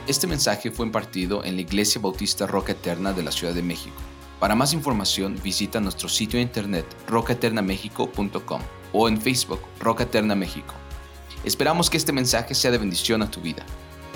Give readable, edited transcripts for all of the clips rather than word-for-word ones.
Este mensaje fue impartido en la Iglesia Bautista Roca Eterna de la Ciudad de México. Para más información, visita nuestro sitio de internet rocaeternamexico.com o en Facebook Roca Eterna México. Esperamos que este mensaje sea de bendición a tu vida.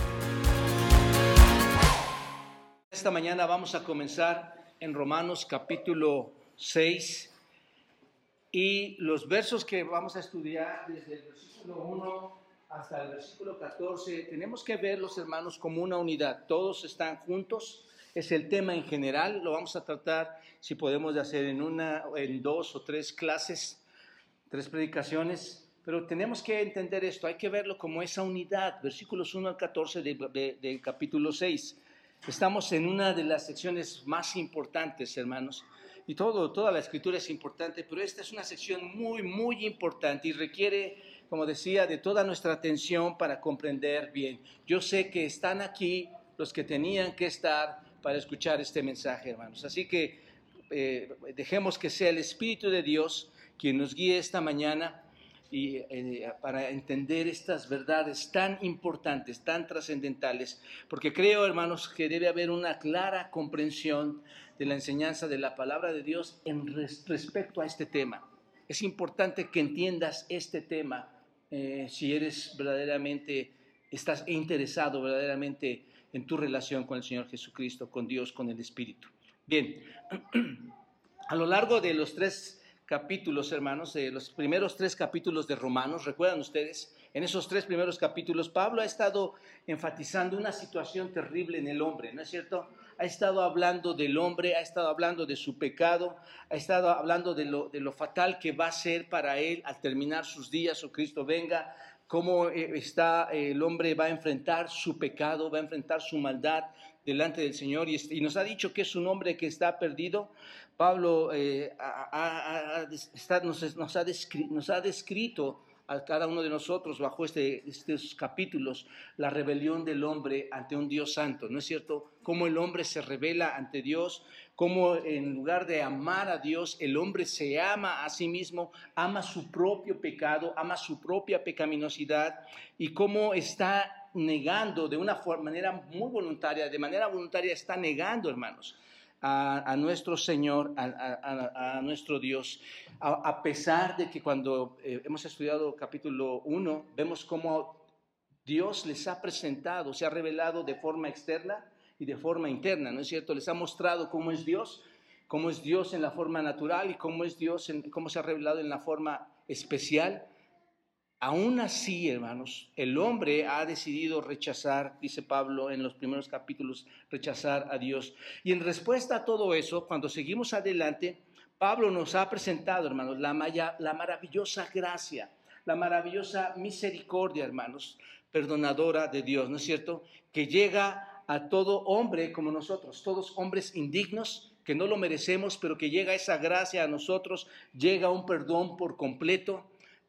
Esta mañana vamos a comenzar en Romanos capítulo 6 y los versos que vamos a estudiar desde el versículo 1 hasta el versículo 14, tenemos que verlos, hermanos, como una unidad. Todos están juntos, es el tema en general, lo vamos a tratar, si podemos, de hacer en 2 o 3 clases, 3 predicaciones, pero tenemos que entender esto, hay que verlo como esa unidad, versículos 1 al 14 del capítulo 6. Estamos en una de las secciones más importantes, hermanos, y toda la escritura es importante, pero esta es una sección muy, muy importante y requiere, como decía, de toda nuestra atención para comprender bien. Yo sé que están aquí los que tenían que estar para escuchar este mensaje, hermanos. Así que dejemos que sea el Espíritu de Dios quien nos guíe esta mañana y para entender estas verdades tan importantes, tan trascendentales, porque creo, hermanos, que debe haber una clara comprensión de la enseñanza de la palabra de Dios respecto a este tema. Es importante que entiendas este tema si eres verdaderamente, estás interesado verdaderamente en tu relación con el Señor Jesucristo, con Dios, con el Espíritu. Bien, a lo largo de los 3 capítulos, hermanos, de los primeros 3 capítulos de Romanos, ¿recuerdan ustedes? En esos 3 primeros capítulos, Pablo ha estado enfatizando una situación terrible en el hombre, ¿no es cierto? Ha estado hablando del hombre, ha estado hablando de su pecado, ha estado hablando de lo fatal que va a ser para él al terminar sus días o Cristo venga, cómo el hombre va a enfrentar su pecado, va a enfrentar su maldad delante del Señor, y nos ha dicho que es un hombre que está perdido. Pablo nos ha descrito a cada uno de nosotros bajo estos capítulos la rebelión del hombre ante un Dios santo, ¿no es cierto? Cómo el hombre se rebela ante Dios, cómo en lugar de amar a Dios, el hombre se ama a sí mismo, ama su propio pecado, ama su propia pecaminosidad, y cómo está negando de una manera muy voluntaria, de manera voluntaria está negando, hermanos, a nuestro Señor, a nuestro Dios, a pesar de que cuando hemos estudiado capítulo 1, vemos cómo Dios les ha presentado, se ha revelado de forma externa y de forma interna, ¿no es cierto? Les ha mostrado cómo es Dios en la forma natural y cómo es Dios, cómo se ha revelado en la forma especial. Aún así, hermanos, el hombre ha decidido rechazar, dice Pablo en los primeros capítulos, rechazar a Dios. Y en respuesta a todo eso, cuando seguimos adelante, Pablo nos ha presentado, hermanos, la maravillosa gracia, la maravillosa misericordia, hermanos, perdonadora de Dios, ¿no es cierto? Que llega a todo hombre como nosotros, todos hombres indignos, que no lo merecemos, pero que llega esa gracia a nosotros, llega un perdón por completo.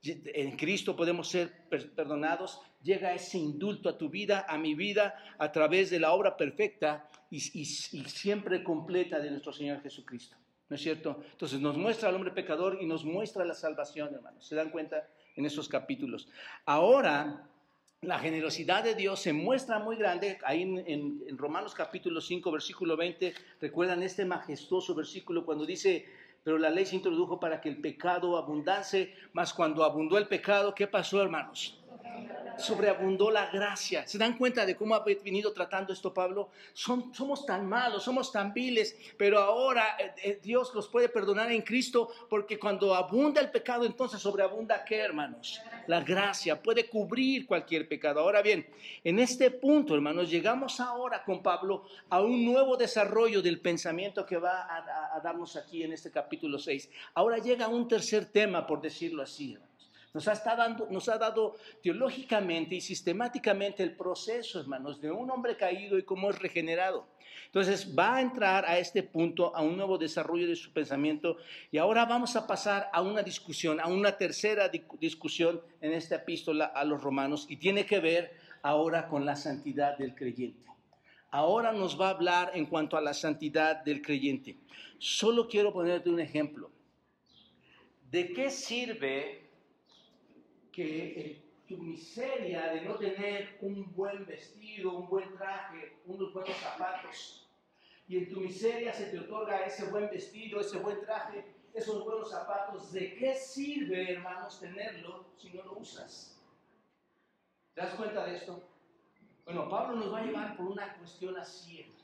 En Cristo podemos ser perdonados, llega ese indulto a tu vida, a mi vida, a través de la obra perfecta y siempre completa de nuestro Señor Jesucristo, ¿no es cierto? Entonces nos muestra al hombre pecador y nos muestra la salvación, hermanos. ¿Se dan cuenta en esos capítulos? Ahora, la generosidad de Dios se muestra muy grande, ahí en Romanos capítulo 5, versículo 20, recuerdan este majestuoso versículo cuando dice: pero la ley se introdujo para que el pecado abundase, mas cuando abundó el pecado, ¿qué pasó, hermanos? Sobreabundó la gracia. ¿Se dan cuenta de cómo ha venido tratando esto Pablo? Somos tan malos, somos tan viles, pero ahora Dios los puede perdonar en Cristo, porque cuando abunda el pecado, entonces sobreabunda, ¿qué, hermanos? La gracia puede cubrir cualquier pecado. Ahora bien, en este punto, hermanos, llegamos ahora con Pablo a un nuevo desarrollo del pensamiento que va a darnos aquí en este capítulo 6. Ahora llega un tercer tema, por decirlo así, hermanos. Nos ha dado teológicamente y sistemáticamente el proceso, hermanos, de un hombre caído y cómo es regenerado. Entonces va a entrar a este punto, a un nuevo desarrollo de su pensamiento, y ahora vamos a pasar a una discusión, a una tercera discusión en esta epístola a los romanos, y tiene que ver ahora con la santidad del creyente. Ahora nos va a hablar en cuanto a la santidad del creyente. Solo quiero ponerte un ejemplo. ¿De qué sirve que tu miseria de no tener un buen vestido, un buen traje, unos buenos zapatos, y en tu miseria se te otorga ese buen vestido, ese buen traje, esos buenos zapatos, ¿de qué sirve, hermanos, tenerlo si no lo usas? ¿Te das cuenta de esto? Bueno, Pablo nos va a llevar por una cuestión así, hermanos.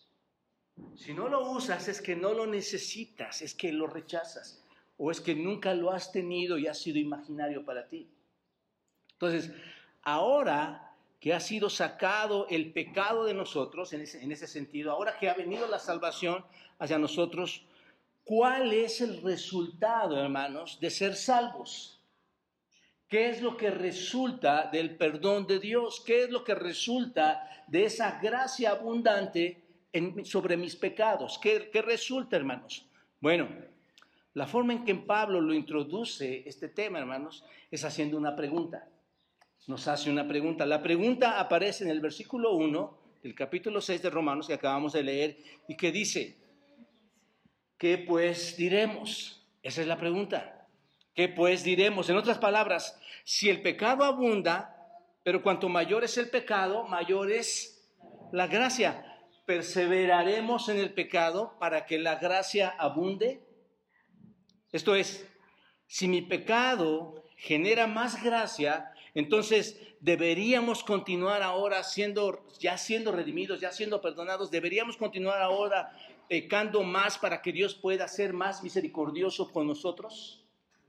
Si no lo usas es que no lo necesitas, es que lo rechazas, o es que nunca lo has tenido y ha sido imaginario para ti. Entonces, ahora que ha sido sacado el pecado de nosotros, en ese sentido, ahora que ha venido la salvación hacia nosotros, ¿cuál es el resultado, hermanos, de ser salvos? ¿Qué es lo que resulta del perdón de Dios? ¿Qué es lo que resulta de esa gracia abundante sobre mis pecados? ¿Qué resulta, hermanos? Bueno, la forma en que Pablo lo introduce este tema, hermanos, es haciendo una pregunta. Nos hace una pregunta. La pregunta aparece en el versículo 1 del capítulo 6 de Romanos que acabamos de leer y que dice, ¿qué pues diremos? Esa es la pregunta. ¿Qué pues diremos? En otras palabras, si el pecado abunda, pero cuanto mayor es el pecado, mayor es la gracia. ¿Perseveraremos en el pecado para que la gracia abunde? Esto es, si mi pecado genera más gracia, entonces deberíamos continuar ahora ya siendo redimidos, ya siendo perdonados, deberíamos continuar ahora pecando más para que Dios pueda ser más misericordioso con nosotros.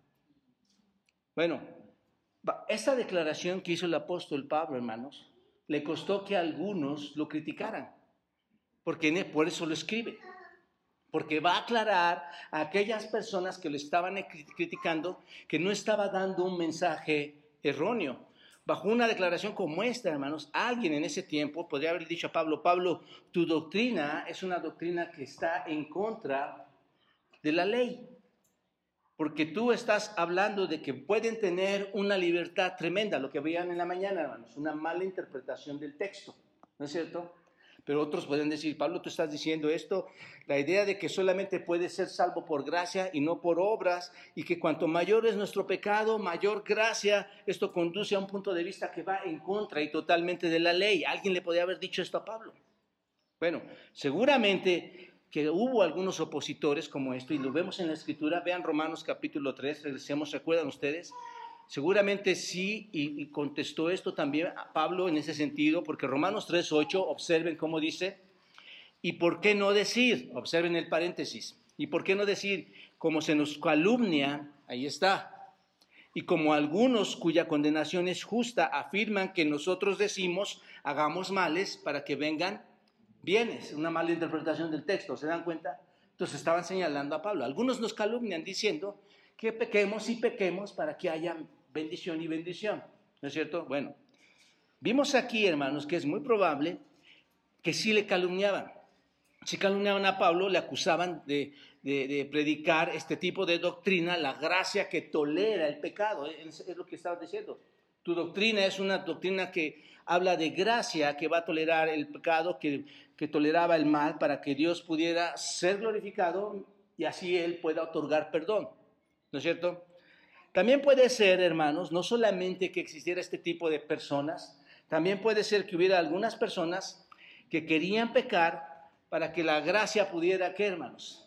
Bueno, esta declaración que hizo el apóstol Pablo, hermanos, le costó que algunos lo criticaran, porque por eso lo escribe, porque va a aclarar a aquellas personas que lo estaban criticando que no estaba dando un mensaje erróneo. Bajo una declaración como esta, hermanos, alguien en ese tiempo podría haber dicho a Pablo, Pablo, tu doctrina es una doctrina que está en contra de la ley. Porque tú estás hablando de que pueden tener una libertad tremenda, lo que veían en la mañana, hermanos, una mala interpretación del texto, ¿no es cierto? Pero otros pueden decir, Pablo, tú estás diciendo esto, la idea de que solamente puede ser salvo por gracia y no por obras, y que cuanto mayor es nuestro pecado, mayor gracia, esto conduce a un punto de vista que va en contra y totalmente de la ley. ¿Alguien le podría haber dicho esto a Pablo? Bueno, seguramente que hubo algunos opositores como esto, y lo vemos en la Escritura. Vean Romanos capítulo 3, regresemos, ¿recuerdan ustedes? Seguramente sí, y contestó esto también a Pablo en ese sentido, porque Romanos 3:8, observen cómo dice, ¿y por qué no decir? Observen el paréntesis, ¿y por qué no decir? Como se nos calumnia, ahí está, y como algunos cuya condenación es justa afirman que nosotros decimos, hagamos males para que vengan bienes. Una mala interpretación del texto, ¿se dan cuenta? Entonces estaban señalando a Pablo. Algunos nos calumnian diciendo que pequemos y pequemos para que haya bendición y bendición, ¿no es cierto? Bueno, vimos aquí, hermanos, que es muy probable que sí le calumniaban. Si calumniaban a Pablo, le acusaban de predicar este tipo de doctrina, la gracia que tolera el pecado, es lo que estaba diciendo. Tu doctrina es una doctrina que habla de gracia, que va a tolerar el pecado, que toleraba el mal, para que Dios pudiera ser glorificado y así Él pueda otorgar perdón, ¿no es cierto? También puede ser, hermanos, no solamente que existiera este tipo de personas, también puede ser que hubiera algunas personas que querían pecar para que la gracia pudiera, ¿qué, hermanos?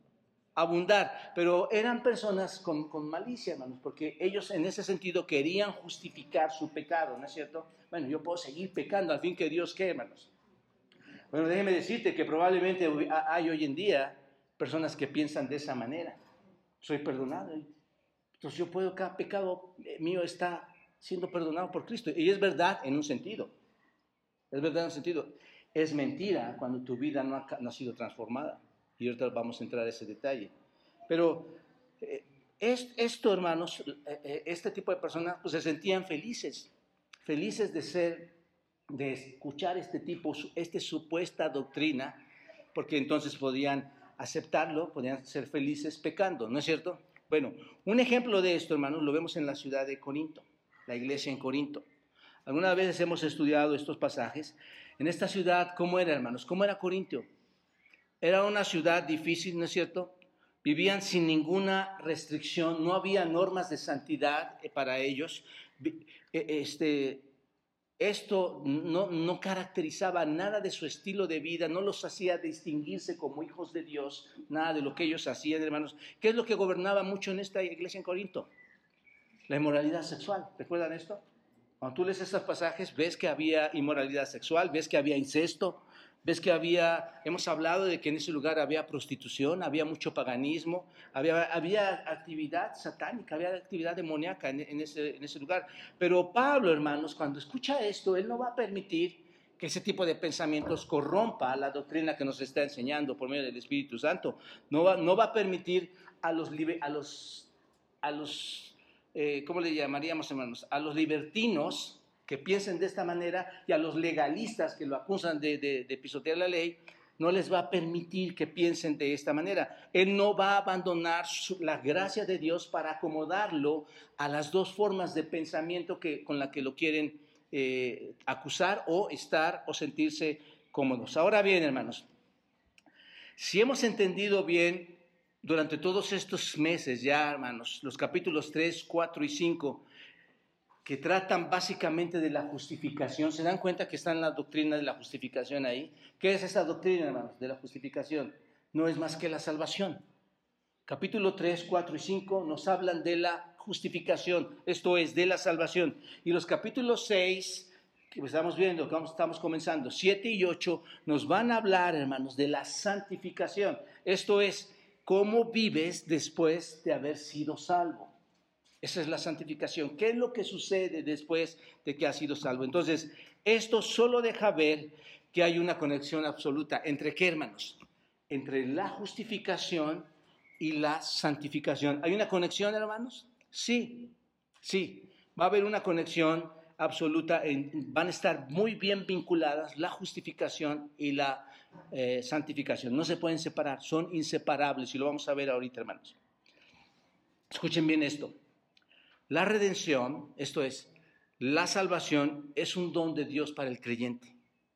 Abundar, pero eran personas con malicia, hermanos, porque ellos en ese sentido querían justificar su pecado, ¿no es cierto? Bueno, yo puedo seguir pecando al fin que Dios, ¿qué, hermanos? Bueno, déjeme decirte que probablemente hay hoy en día personas que piensan de esa manera. Soy perdonado, entonces yo puedo, cada pecado mío está siendo perdonado por Cristo. Y es verdad en un sentido, es verdad en un sentido. Es mentira cuando tu vida no ha sido transformada. Y ahorita vamos a entrar a ese detalle. Pero esto, hermanos, este tipo de personas pues, se sentían felices de escuchar esta supuesta doctrina, porque entonces podían aceptarlo, podían ser felices pecando, ¿no es cierto? Bueno, un ejemplo de esto, hermanos, lo vemos en la ciudad de Corinto, la iglesia en Corinto. Algunas veces hemos estudiado estos pasajes. En esta ciudad, ¿cómo era, hermanos? ¿Cómo era Corinto? Era una ciudad difícil, ¿no es cierto? vivían sin ninguna restricción, no había normas de santidad para ellos. Esto no caracterizaba nada de su estilo de vida, no los hacía distinguirse como hijos de Dios, nada de lo que ellos hacían, hermanos. ¿Qué es lo que gobernaba mucho en esta iglesia en Corinto? La inmoralidad sexual. ¿Recuerdan esto? Cuando tú lees estos pasajes, ves que había inmoralidad sexual, ves que había incesto, ves que hemos hablado de que en ese lugar había prostitución, había mucho paganismo, había actividad satánica, había actividad demoníaca en ese lugar. Pero Pablo, hermanos, cuando escucha esto, él no va a permitir que ese tipo de pensamientos corrompa la doctrina que nos está enseñando por medio del Espíritu Santo. No va a permitir a los ¿cómo le llamaríamos, hermanos? A los libertinos que piensen de esta manera y a los legalistas que lo acusan de pisotear la ley, no les va a permitir que piensen de esta manera. Él no va a abandonar la gracia de Dios para acomodarlo a las dos formas de pensamiento con la que lo quieren acusar o estar o sentirse cómodos. Ahora bien, hermanos, si hemos entendido bien durante todos estos meses ya, hermanos, los capítulos 3, 4 y 5, que tratan básicamente de la justificación. ¿Se dan cuenta que está en la doctrina de la justificación ahí? ¿Qué es esa doctrina, hermanos, de la justificación? No es más que la salvación. Capítulo 3, 4 y 5 nos hablan de la justificación, esto es, de la salvación. Y los capítulos 6, que estamos viendo, que estamos comenzando, 7 y 8, nos van a hablar, hermanos, de la santificación. Esto es, cómo vives después de haber sido salvo. Esa es la santificación. ¿Qué es lo que sucede después de que has sido salvo? Entonces, esto solo deja ver que hay una conexión absoluta. ¿Entre qué, hermanos? Entre la justificación y la santificación. ¿Hay una conexión, hermanos? Sí. Va a haber una conexión absoluta. Van a estar muy bien vinculadas la justificación y la santificación. No se pueden separar, son inseparables y lo vamos a ver ahorita, hermanos. Escuchen bien esto. La redención, esto es, la salvación, es un don de Dios para el creyente.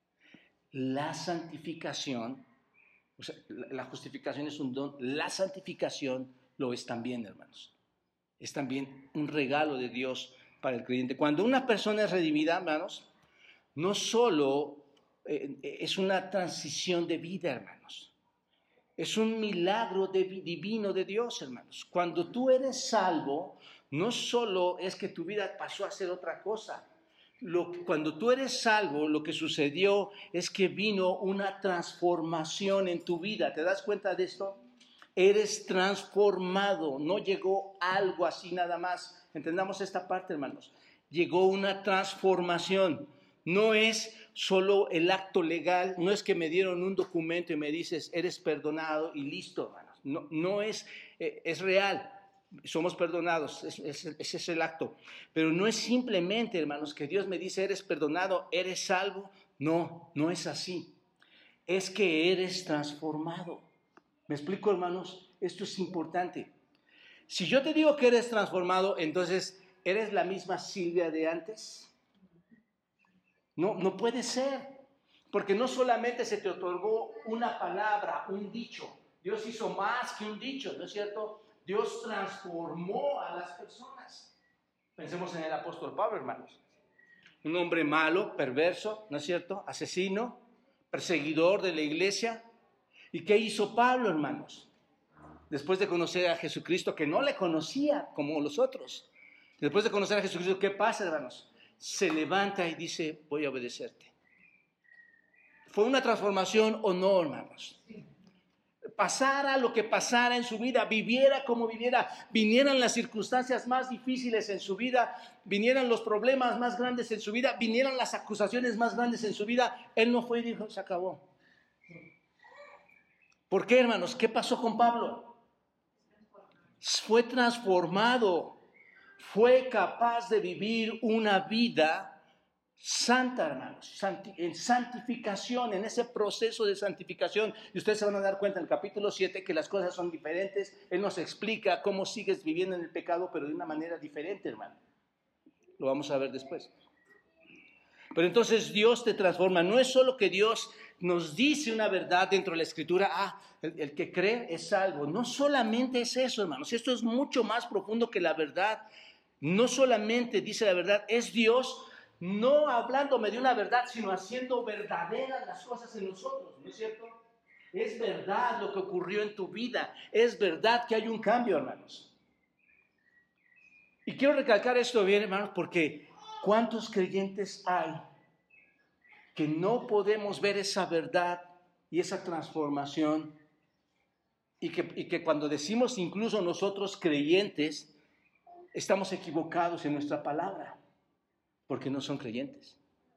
La santificación, o sea, la justificación es un don, la santificación lo es también, hermanos. Es también un regalo de Dios para el creyente. Cuando una persona es redimida, hermanos, no solo es una transición de vida, hermanos. Es un milagro divino de Dios, hermanos. Cuando tú eres salvo, no solo es que tu vida pasó a ser otra cosa. Cuando tú eres salvo, lo que sucedió es que vino una transformación en tu vida. ¿Te das cuenta de esto? Eres transformado. No llegó algo así nada más. Entendamos esta parte, hermanos. Llegó una transformación. No es solo el acto legal, no es que me dieron un documento y me dices, eres perdonado y listo, hermanos. No es real. Somos perdonados, ese es el acto. Pero no es simplemente, hermanos, que Dios me dice, eres perdonado, eres salvo. No es así. Es que eres transformado. ¿Me explico, hermanos? Esto es importante. Si yo te digo que eres transformado, entonces, ¿eres la misma Silvia de antes? No puede ser. Porque no solamente se te otorgó una palabra, un dicho. Dios hizo más que un dicho, ¿no es cierto? Dios transformó a las personas. Pensemos en el apóstol Pablo, hermanos. Un hombre malo, perverso, ¿no es cierto? Asesino, perseguidor de la iglesia. ¿Y qué hizo Pablo, hermanos? Después de conocer a Jesucristo, que no le conocía como los otros. Después de conocer a Jesucristo, ¿qué pasa, hermanos? Se levanta y dice, voy a obedecerte. ¿Fue una transformación o no, hermanos? Pasara lo que pasara en su vida, viviera como viviera, vinieran las circunstancias más difíciles en su vida, vinieran los problemas más grandes en su vida, vinieran las acusaciones más grandes en su vida, él no fue y dijo, se acabó. ¿Por qué, hermanos? ¿Qué pasó con Pablo? Fue transformado, fue capaz de vivir una vida santa, hermanos, en santificación, en ese proceso de santificación. Y ustedes se van a dar cuenta en el capítulo 7 que las cosas son diferentes. Él nos explica cómo sigues viviendo en el pecado, pero de una manera diferente, hermano. Lo vamos a ver después. Pero entonces Dios te transforma. No es solo que Dios nos dice una verdad dentro de la Escritura. El que cree es salvo. No solamente es eso, hermanos, esto es mucho más profundo que la verdad. No solamente dice la verdad, es Dios no hablándome de una verdad, sino haciendo verdaderas las cosas en nosotros, ¿no es cierto? Es verdad lo que ocurrió en tu vida, es verdad que hay un cambio, hermanos. Y quiero recalcar esto bien, hermanos, porque ¿cuántos creyentes hay que no podemos ver esa verdad y esa transformación? Y que cuando decimos incluso nosotros creyentes, estamos equivocados en nuestra palabra, porque no son creyentes.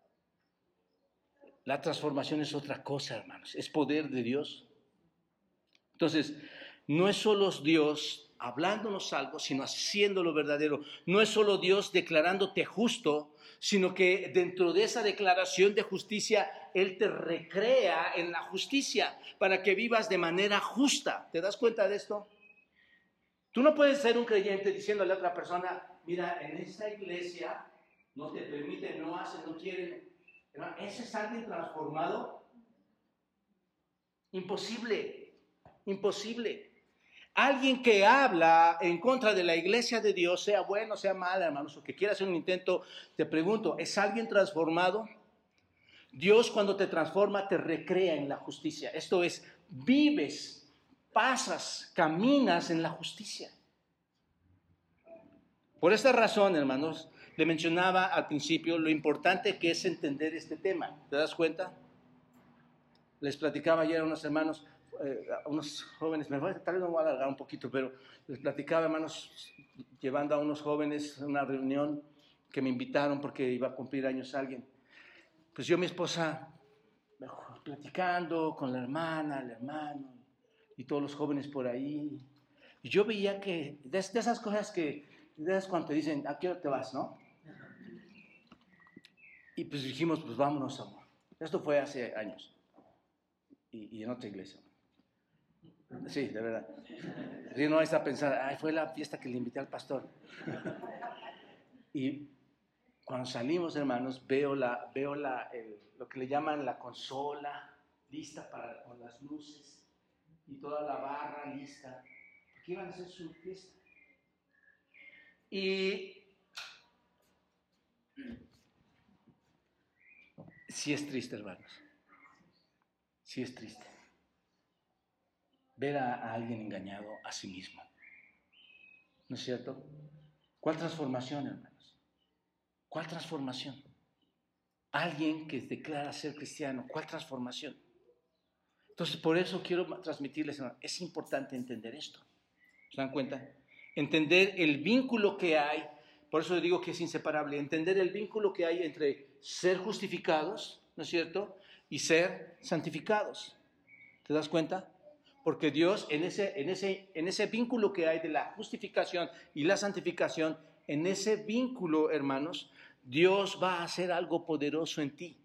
La transformación es otra cosa, hermanos, es poder de Dios. Entonces, no es solo Dios hablándonos algo, sino haciéndolo verdadero. No es solo Dios declarándote justo, sino que dentro de esa declaración de justicia, Él te recrea en la justicia para que vivas de manera justa. ¿Te das cuenta de esto? Tú no puedes ser un creyente diciéndole a otra persona, mira, en esta iglesia no te permiten, no hacen, no quieren. ¿Ese es alguien transformado? Imposible, imposible. Alguien que habla en contra de la iglesia de Dios, sea bueno, sea malo, hermanos, o que quiera hacer un intento, te pregunto, ¿es alguien transformado? Dios cuando te transforma te recrea en la justicia. Esto es, vives, pasas, caminas en la justicia. Por esta razón, hermanos, le mencionaba al principio lo importante que es entender este tema. ¿Te das cuenta? Les platicaba ayer a unos hermanos, a unos jóvenes, tal vez me voy a alargar un poquito, pero les platicaba, hermanos, llevando a unos jóvenes a una reunión que me invitaron porque iba a cumplir años alguien. Pues yo y mi esposa platicando con la hermana, el hermano y todos los jóvenes por ahí. Y yo veía que de esas cosas que, de esas cuando te dicen, ¿a qué hora te vas, no? Y pues dijimos, pues vámonos, amor. Esto fue hace años. Y en otra iglesia. Sí, de verdad. Si no vais a pensar, ay, fue la fiesta que le invité al pastor. Y cuando salimos, hermanos, veo lo que le llaman la consola, lista con las luces y toda la barra lista, porque iban a hacer su fiesta. Y sí es triste, hermanos. Sí es triste. Ver a alguien engañado a sí mismo. ¿No es cierto? ¿Cuál transformación, hermanos? ¿Cuál transformación? Alguien que declara ser cristiano, ¿cuál transformación? Entonces, por eso quiero transmitirles, hermanos, es importante entender esto. ¿Se dan cuenta? Entender el vínculo que hay, por eso digo que es inseparable, entender el vínculo que hay entre ser justificados, ¿no es cierto?, y ser santificados. ¿Te das cuenta? Porque Dios en ese vínculo que hay de la justificación y la santificación, en ese vínculo, hermanos, Dios va a hacer algo poderoso en ti.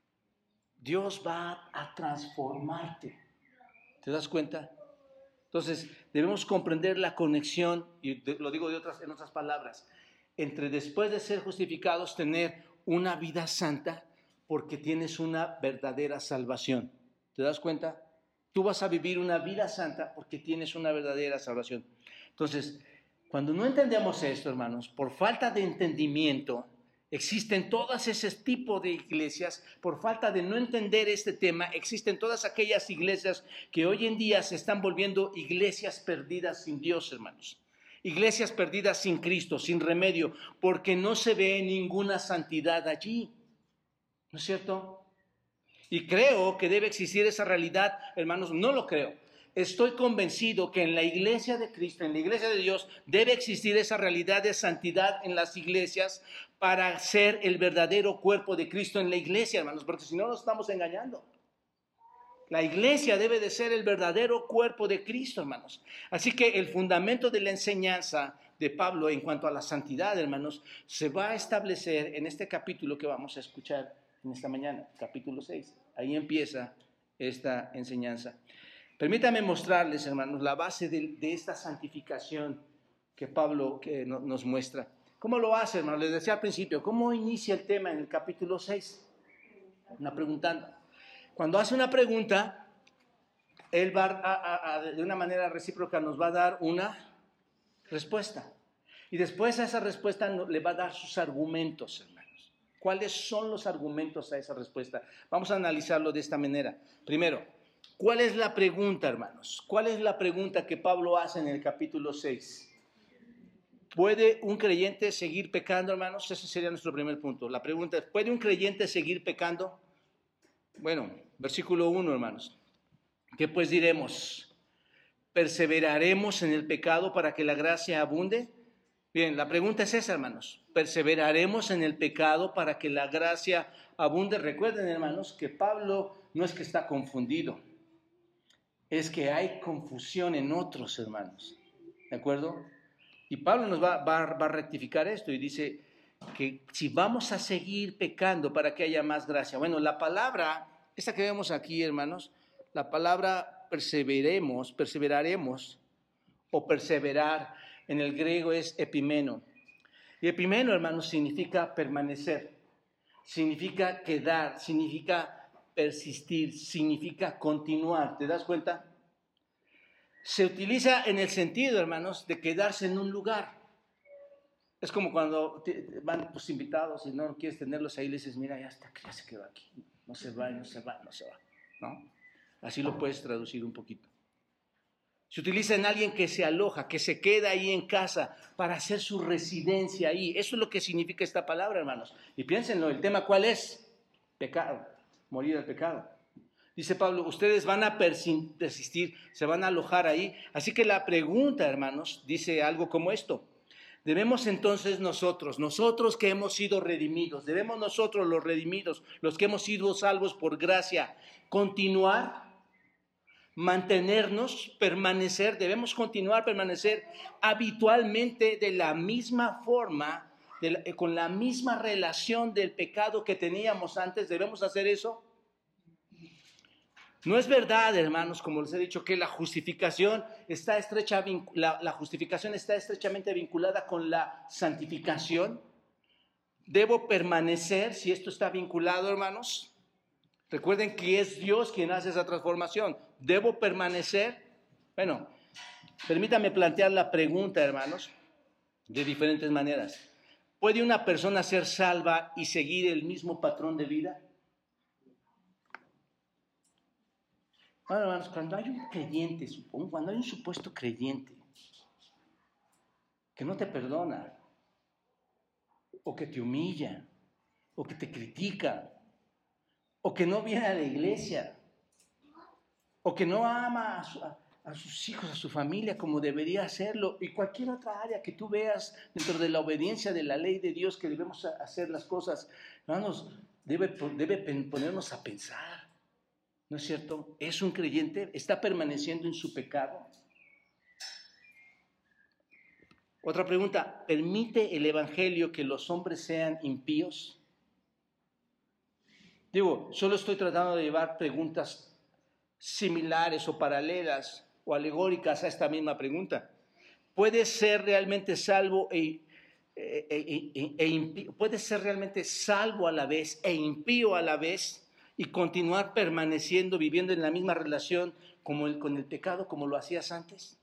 Dios va a transformarte. ¿Te das cuenta? Entonces, debemos comprender la conexión, y lo digo en otras palabras, entre después de ser justificados, tener una vida santa, porque tienes una verdadera salvación. ¿Te das cuenta? Tú vas a vivir una vida santa porque tienes una verdadera salvación. Entonces, cuando no entendemos esto, hermanos, por falta de entendimiento, existen todos esos tipos de iglesias, por falta de no entender este tema, existen todas aquellas iglesias que hoy en día se están volviendo iglesias perdidas sin Dios, hermanos. Iglesias perdidas sin Cristo, sin remedio, porque no se ve ninguna santidad allí. ¿No es cierto? Y creo que debe existir esa realidad, hermanos, no lo creo. Estoy convencido que en la iglesia de Cristo, en la iglesia de Dios, debe existir esa realidad de santidad en las iglesias para ser el verdadero cuerpo de Cristo en la iglesia, hermanos, porque si no nos estamos engañando. La iglesia debe de ser el verdadero cuerpo de Cristo, hermanos. Así que el fundamento de la enseñanza de Pablo en cuanto a la santidad, hermanos, se va a establecer en este capítulo que vamos a escuchar en esta mañana, capítulo 6. Ahí empieza esta enseñanza. Permítanme mostrarles, hermanos, la base de esta santificación que Pablo nos muestra. ¿Cómo lo hace, hermanos? Les decía al principio, ¿cómo inicia el tema en el capítulo 6? Una preguntando. Cuando hace una pregunta, Él va de una manera recíproca nos va a dar una respuesta. Y después a esa respuesta le va a dar sus argumentos, hermanos. ¿Cuáles son los argumentos a esa respuesta? Vamos a analizarlo de esta manera. Primero, ¿cuál es la pregunta, hermanos? ¿Cuál es la pregunta que Pablo hace en el capítulo 6? ¿Puede un creyente seguir pecando, hermanos? Ese sería nuestro primer punto. La pregunta es, ¿puede un creyente seguir pecando? Bueno, versículo 1, hermanos. ¿Qué pues diremos? ¿Perseveraremos en el pecado para que la gracia abunde? Bien, la pregunta es esa, hermanos. ¿Perseveraremos en el pecado para que la gracia abunde? Recuerden, hermanos, que Pablo no es que está confundido. Es que hay confusión en otros, hermanos. ¿De acuerdo? Y Pablo nos va a rectificar esto y dice que si vamos a seguir pecando para que haya más gracia. Bueno, la palabra, esta que vemos aquí, hermanos, la palabra perseveraremos o perseverar en el griego es epimeno. Y epimeno, hermanos, significa permanecer, significa quedar, significa persistir, significa continuar. ¿Te das cuenta? Se utiliza en el sentido, hermanos, de quedarse en un lugar. Es como cuando van pues, invitados y no quieres tenerlos ahí, le dices, mira, ya está, ya se quedó aquí. No se va, no se va, no se va. ¿No? Así lo puedes traducir un poquito. Se utiliza en alguien que se aloja, que se queda ahí en casa para hacer su residencia ahí. Eso es lo que significa esta palabra, hermanos. Y piénsenlo, ¿el tema cuál es? Pecado, morir al pecado. Dice Pablo, ustedes van a persistir, se van a alojar ahí. Así que la pregunta, hermanos, dice algo como esto. Debemos entonces nosotros que hemos sido redimidos, debemos nosotros los redimidos, los que hemos sido salvos por gracia, continuar, mantenernos, permanecer, debemos continuar, permanecer habitualmente de la misma forma, con la misma relación del pecado que teníamos antes. ¿Debemos hacer eso? No es verdad, hermanos, como les he dicho, que la justificación está estrechamente vinculada con la santificación. ¿Debo permanecer si esto está vinculado, hermanos? Recuerden que es Dios quien hace esa transformación. ¿Debo permanecer? Bueno, permítame plantear la pregunta, hermanos, de diferentes maneras. ¿Puede una persona ser salva y seguir el mismo patrón de vida? Bueno, hermanos, cuando hay un creyente, cuando hay un supuesto creyente que no te perdona, o que te humilla, o que te critica, o que no viene a la iglesia, o que no ama a sus hijos, a su familia como debería hacerlo, y cualquier otra área que tú veas dentro de la obediencia de la ley de Dios que debemos hacer las cosas, hermanos, debe ponernos a pensar. ¿No es cierto? ¿Es un creyente? ¿Está permaneciendo en su pecado? Otra pregunta, ¿permite el Evangelio que los hombres sean impíos? Digo, solo estoy tratando de llevar preguntas similares o paralelas o alegóricas a esta misma pregunta. ¿Puede ser realmente salvo puede ser realmente salvo a la vez e impío a la vez? Y continuar permaneciendo, viviendo en la misma relación con el pecado como lo hacías antes?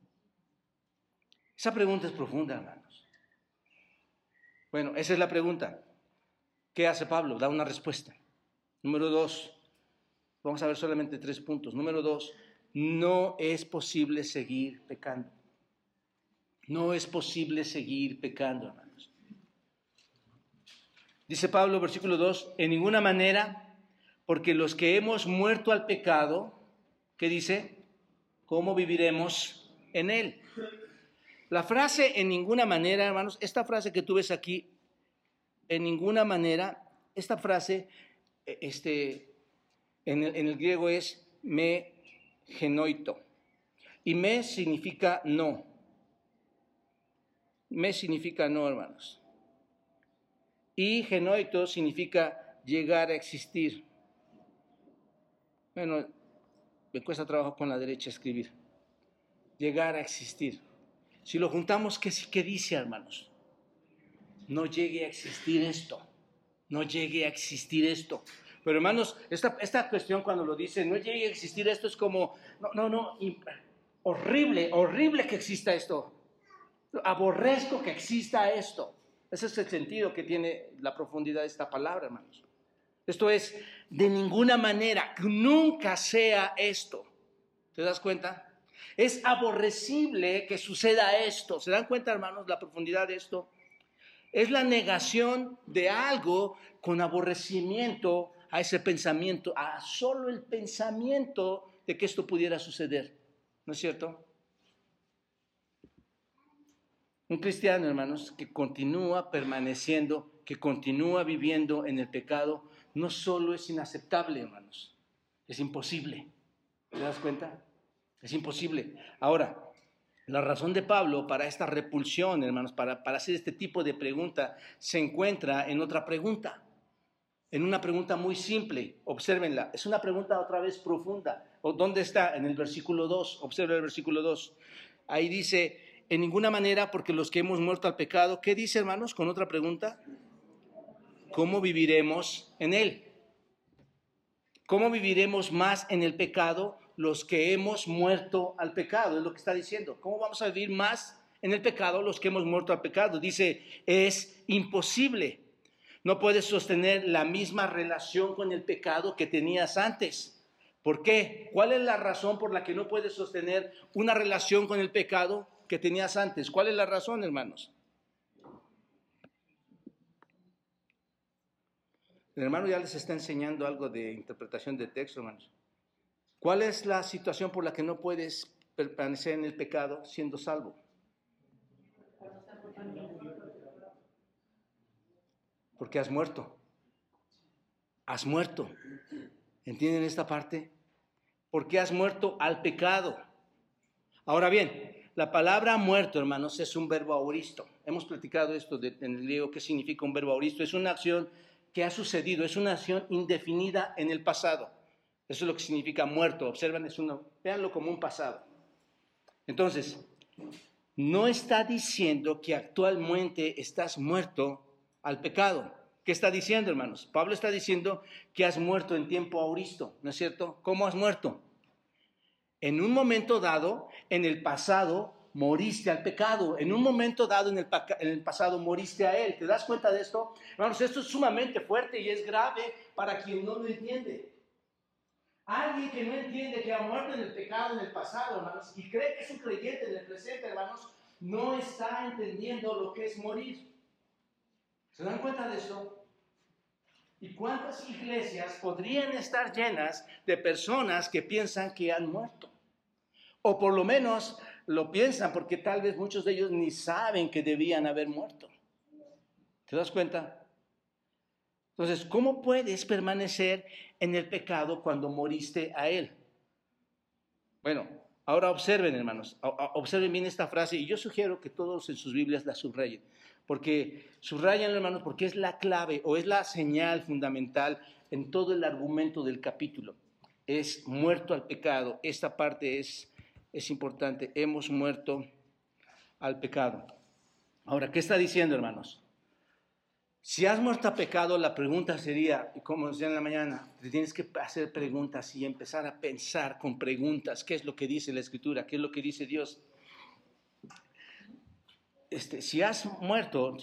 Esa pregunta es profunda, hermanos. Bueno, esa es la pregunta. ¿Qué hace Pablo? Da una respuesta. Número 2, vamos a ver solamente 3 puntos. Número 2, no es posible seguir pecando. No es posible seguir pecando, hermanos. Dice Pablo, versículo 2, en ninguna manera, porque los que hemos muerto al pecado, ¿qué dice? ¿Cómo viviremos en él? La frase en ninguna manera, hermanos, esta frase que tú ves aquí, en ninguna manera, esta frase en el griego es me genoito. Y me significa no. Me significa no, hermanos. Y genoito significa llegar a existir. Bueno, me cuesta trabajo con la derecha escribir. Llegar a existir. Si lo juntamos, ¿qué dice, hermanos? No llegue a existir esto. No llegue a existir esto. Pero hermanos, esta cuestión cuando lo dice, no llegue a existir esto, es como, horrible, horrible que exista esto. Aborrezco que exista esto. Ese es el sentido que tiene la profundidad de esta palabra, hermanos. Esto es, de ninguna manera, que nunca sea esto. ¿Te das cuenta? Es aborrecible que suceda esto. ¿Se dan cuenta, hermanos, la profundidad de esto? Es la negación de algo con aborrecimiento a ese pensamiento, a solo el pensamiento de que esto pudiera suceder. ¿No es cierto? Un cristiano, hermanos, que continúa permaneciendo, que continúa viviendo en el pecado, no solo es inaceptable, hermanos, es imposible. ¿Te das cuenta? Es imposible. Ahora, la razón de Pablo para esta repulsión, hermanos, para hacer este tipo de pregunta, se encuentra en otra pregunta, en una pregunta muy simple. Obsérvenla, es una pregunta otra vez profunda. ¿Dónde está? En el versículo 2, observa el versículo 2. Ahí dice, en ninguna manera, porque los que hemos muerto al pecado, ¿qué dice, hermanos? Con otra pregunta, ¿cómo viviremos en él? ¿Cómo viviremos más en el pecado los que hemos muerto al pecado? Es lo que está diciendo. ¿Cómo vamos a vivir más en el pecado los que hemos muerto al pecado? Dice, es imposible. No puedes sostener la misma relación con el pecado que tenías antes. ¿Por qué? ¿Cuál es la razón por la que no puedes sostener una relación con el pecado que tenías antes? ¿Cuál es la razón, hermanos? El hermano ya les está enseñando algo de interpretación de texto, hermanos. ¿Cuál es la situación por la que no puedes permanecer en el pecado siendo salvo? Porque has muerto. Has muerto. ¿Entienden esta parte? Porque has muerto al pecado. Ahora bien, la palabra muerto, hermanos, es un verbo auristo. Hemos platicado esto en el griego, ¿qué significa un verbo auristo? Es una acción que ha sucedido, es una acción indefinida en el pasado. Eso es lo que significa muerto. Observen, véanlo como un pasado. Entonces, no está diciendo que actualmente estás muerto al pecado. ¿Qué está diciendo, hermanos? Pablo está diciendo que has muerto en tiempo auristo, ¿no es cierto? ¿Cómo has muerto? En un momento dado, en el pasado, moriste al pecado. En un momento dado, en el pasado, moriste a él. ¿Te das cuenta de esto? Hermanos, esto es sumamente fuerte y es grave para quien no lo entiende. Alguien que no entiende que ha muerto en el pecado en el pasado, hermanos, y cree que es un creyente en el presente, hermanos, no está entendiendo lo que es morir. ¿Se dan cuenta de eso? ¿Y cuántas iglesias podrían estar llenas de personas que piensan que han muerto? O por lo menos lo piensan porque tal vez muchos de ellos ni saben que debían haber muerto. ¿Te das cuenta? Entonces, ¿cómo puedes permanecer en el pecado cuando moriste a él? Bueno, ahora observen, hermanos, observen bien esta frase y yo sugiero que todos en sus Biblias la subrayen. Porque subrayan, hermanos, porque es la clave o es la señal fundamental en todo el argumento del capítulo. Es muerto al pecado. Esta parte es importante. Hemos muerto al pecado. Ahora, ¿qué está diciendo, hermanos? Si has muerto al pecado, la pregunta sería, y como decía en la mañana, te tienes que hacer preguntas y empezar a pensar con preguntas. ¿Qué es lo que dice la Escritura? ¿Qué es lo que dice Dios? Si has muerto,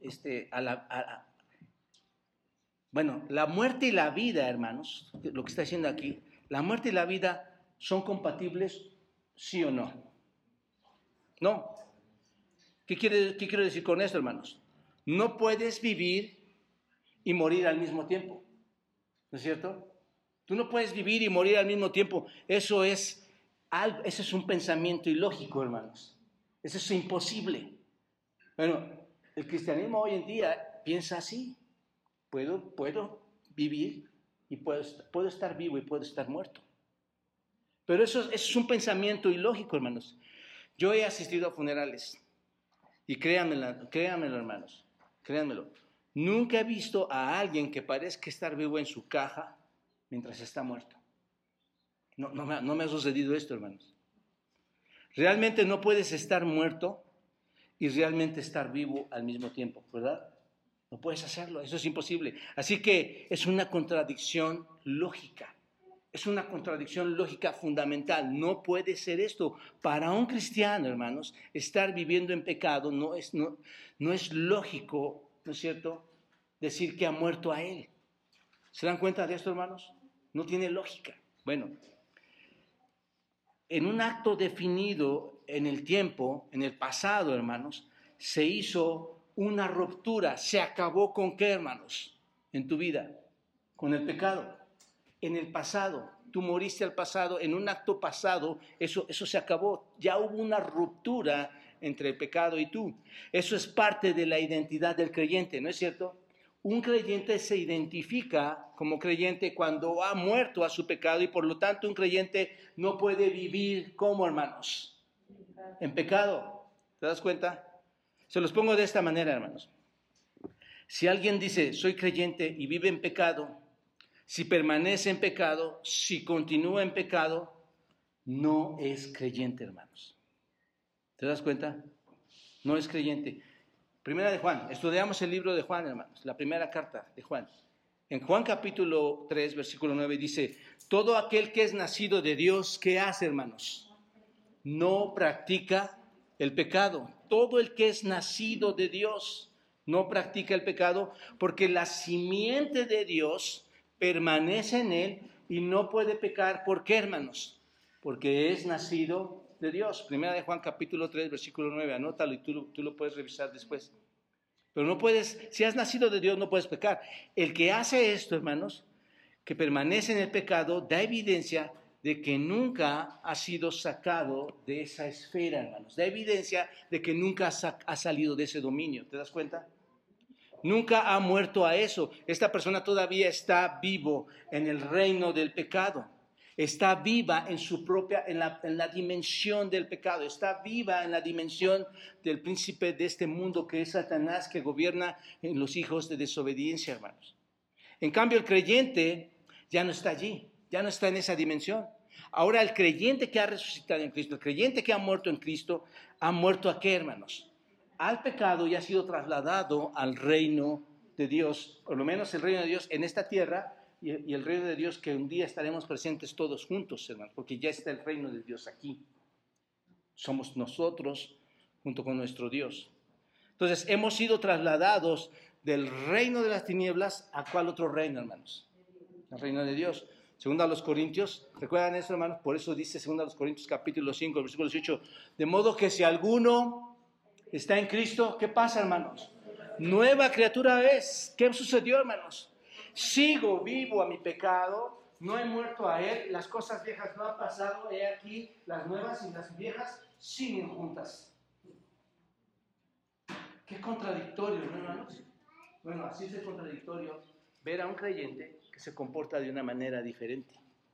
la muerte y la vida, hermanos, lo que está diciendo aquí, la muerte y la vida son compatibles, ¿sí o no? No. ¿Qué quiero decir con esto, hermanos? No puedes vivir y morir al mismo tiempo, ¿no es cierto? Tú no puedes vivir y morir al mismo tiempo. Eso es un pensamiento ilógico, hermanos. Eso es imposible. Bueno, el cristianismo hoy en día piensa así. Puedo vivir y puedo estar vivo y puedo estar muerto. Pero eso es un pensamiento ilógico, hermanos. Yo he asistido a funerales y créanmelo, hermanos, créanmelo. Nunca he visto a alguien que parezca estar vivo en su caja mientras está muerto. No me ha sucedido esto, hermanos. Realmente no puedes estar muerto y realmente estar vivo al mismo tiempo, ¿verdad? No puedes hacerlo, eso es imposible. Así que es una contradicción lógica. Es una contradicción lógica fundamental. No puede ser esto. Para un cristiano, hermanos, estar viviendo en pecado no es lógico, ¿no es cierto?, decir que ha muerto a él. ¿Se dan cuenta de esto, hermanos? No tiene lógica. Bueno, en un acto definido en el tiempo, en el pasado, hermanos, se hizo una ruptura. ¿Se acabó con qué, hermanos? En tu vida, con el pecado. En el pasado, tú moriste al pasado, en un acto pasado, eso se acabó. Ya hubo una ruptura entre el pecado y tú. Eso es parte de la identidad del creyente, ¿no es cierto? Un creyente se identifica como creyente cuando ha muerto a su pecado y por lo tanto un creyente no puede vivir como, hermanos, en pecado. ¿Te das cuenta? Se los pongo de esta manera, hermanos. Si alguien dice, soy creyente y vive en pecado, si permanece en pecado, si continúa en pecado, no es creyente, hermanos. ¿Te das cuenta? No es creyente. Primera de Juan, estudiamos el libro de Juan, hermanos, la primera carta de Juan. En Juan capítulo 3, versículo 9 dice, todo aquel que es nacido de Dios, ¿qué hace, hermanos? No practica el pecado. Todo el que es nacido de Dios no practica el pecado porque la simiente de Dios permanece en él y no puede pecar. ¿Por qué, hermanos? Porque es nacido de Dios. Primera de Juan capítulo 3, versículo 9, anótalo y tú lo puedes revisar después. Pero no puedes, si has nacido de Dios no puedes pecar. El que hace esto, hermanos, que permanece en el pecado, da evidencia de que nunca ha sido sacado de esa esfera, hermanos. Da evidencia de que nunca ha salido de ese dominio. ¿Te das cuenta? Nunca ha muerto a eso. Esta persona todavía está vivo en el reino del pecado. Está viva en su propia, en la dimensión del pecado. Está viva en la dimensión del príncipe de este mundo que es Satanás, que gobierna en los hijos de desobediencia, hermanos. En cambio, el creyente ya no está allí, ya no está en esa dimensión. Ahora el creyente que ha resucitado en Cristo, el creyente que ha muerto en Cristo, ¿ha muerto a qué, hermanos? Al pecado y ha sido trasladado al reino de Dios, por lo menos el reino de Dios en esta tierra y el reino de Dios que un día estaremos presentes todos juntos, hermanos, porque ya está el reino de Dios aquí. Somos nosotros junto con nuestro Dios. Entonces hemos sido trasladados del reino de las tinieblas a ¿cuál otro reino, hermanos? El reino de Dios. Segunda a los Corintios, ¿recuerdan eso, hermanos? Por eso dice segunda a los Corintios capítulo 5, versículo 18, de modo que si alguno está en Cristo, ¿qué pasa, hermanos? Nueva criatura es. ¿Qué sucedió, hermanos? Sigo vivo a mi pecado, no he muerto a él, las cosas viejas no han pasado, he aquí, las nuevas y las viejas siguen juntas. Qué contradictorio, ¿no, hermanos? Bueno, así es el contradictorio ver a un creyente que se comporta de una manera diferente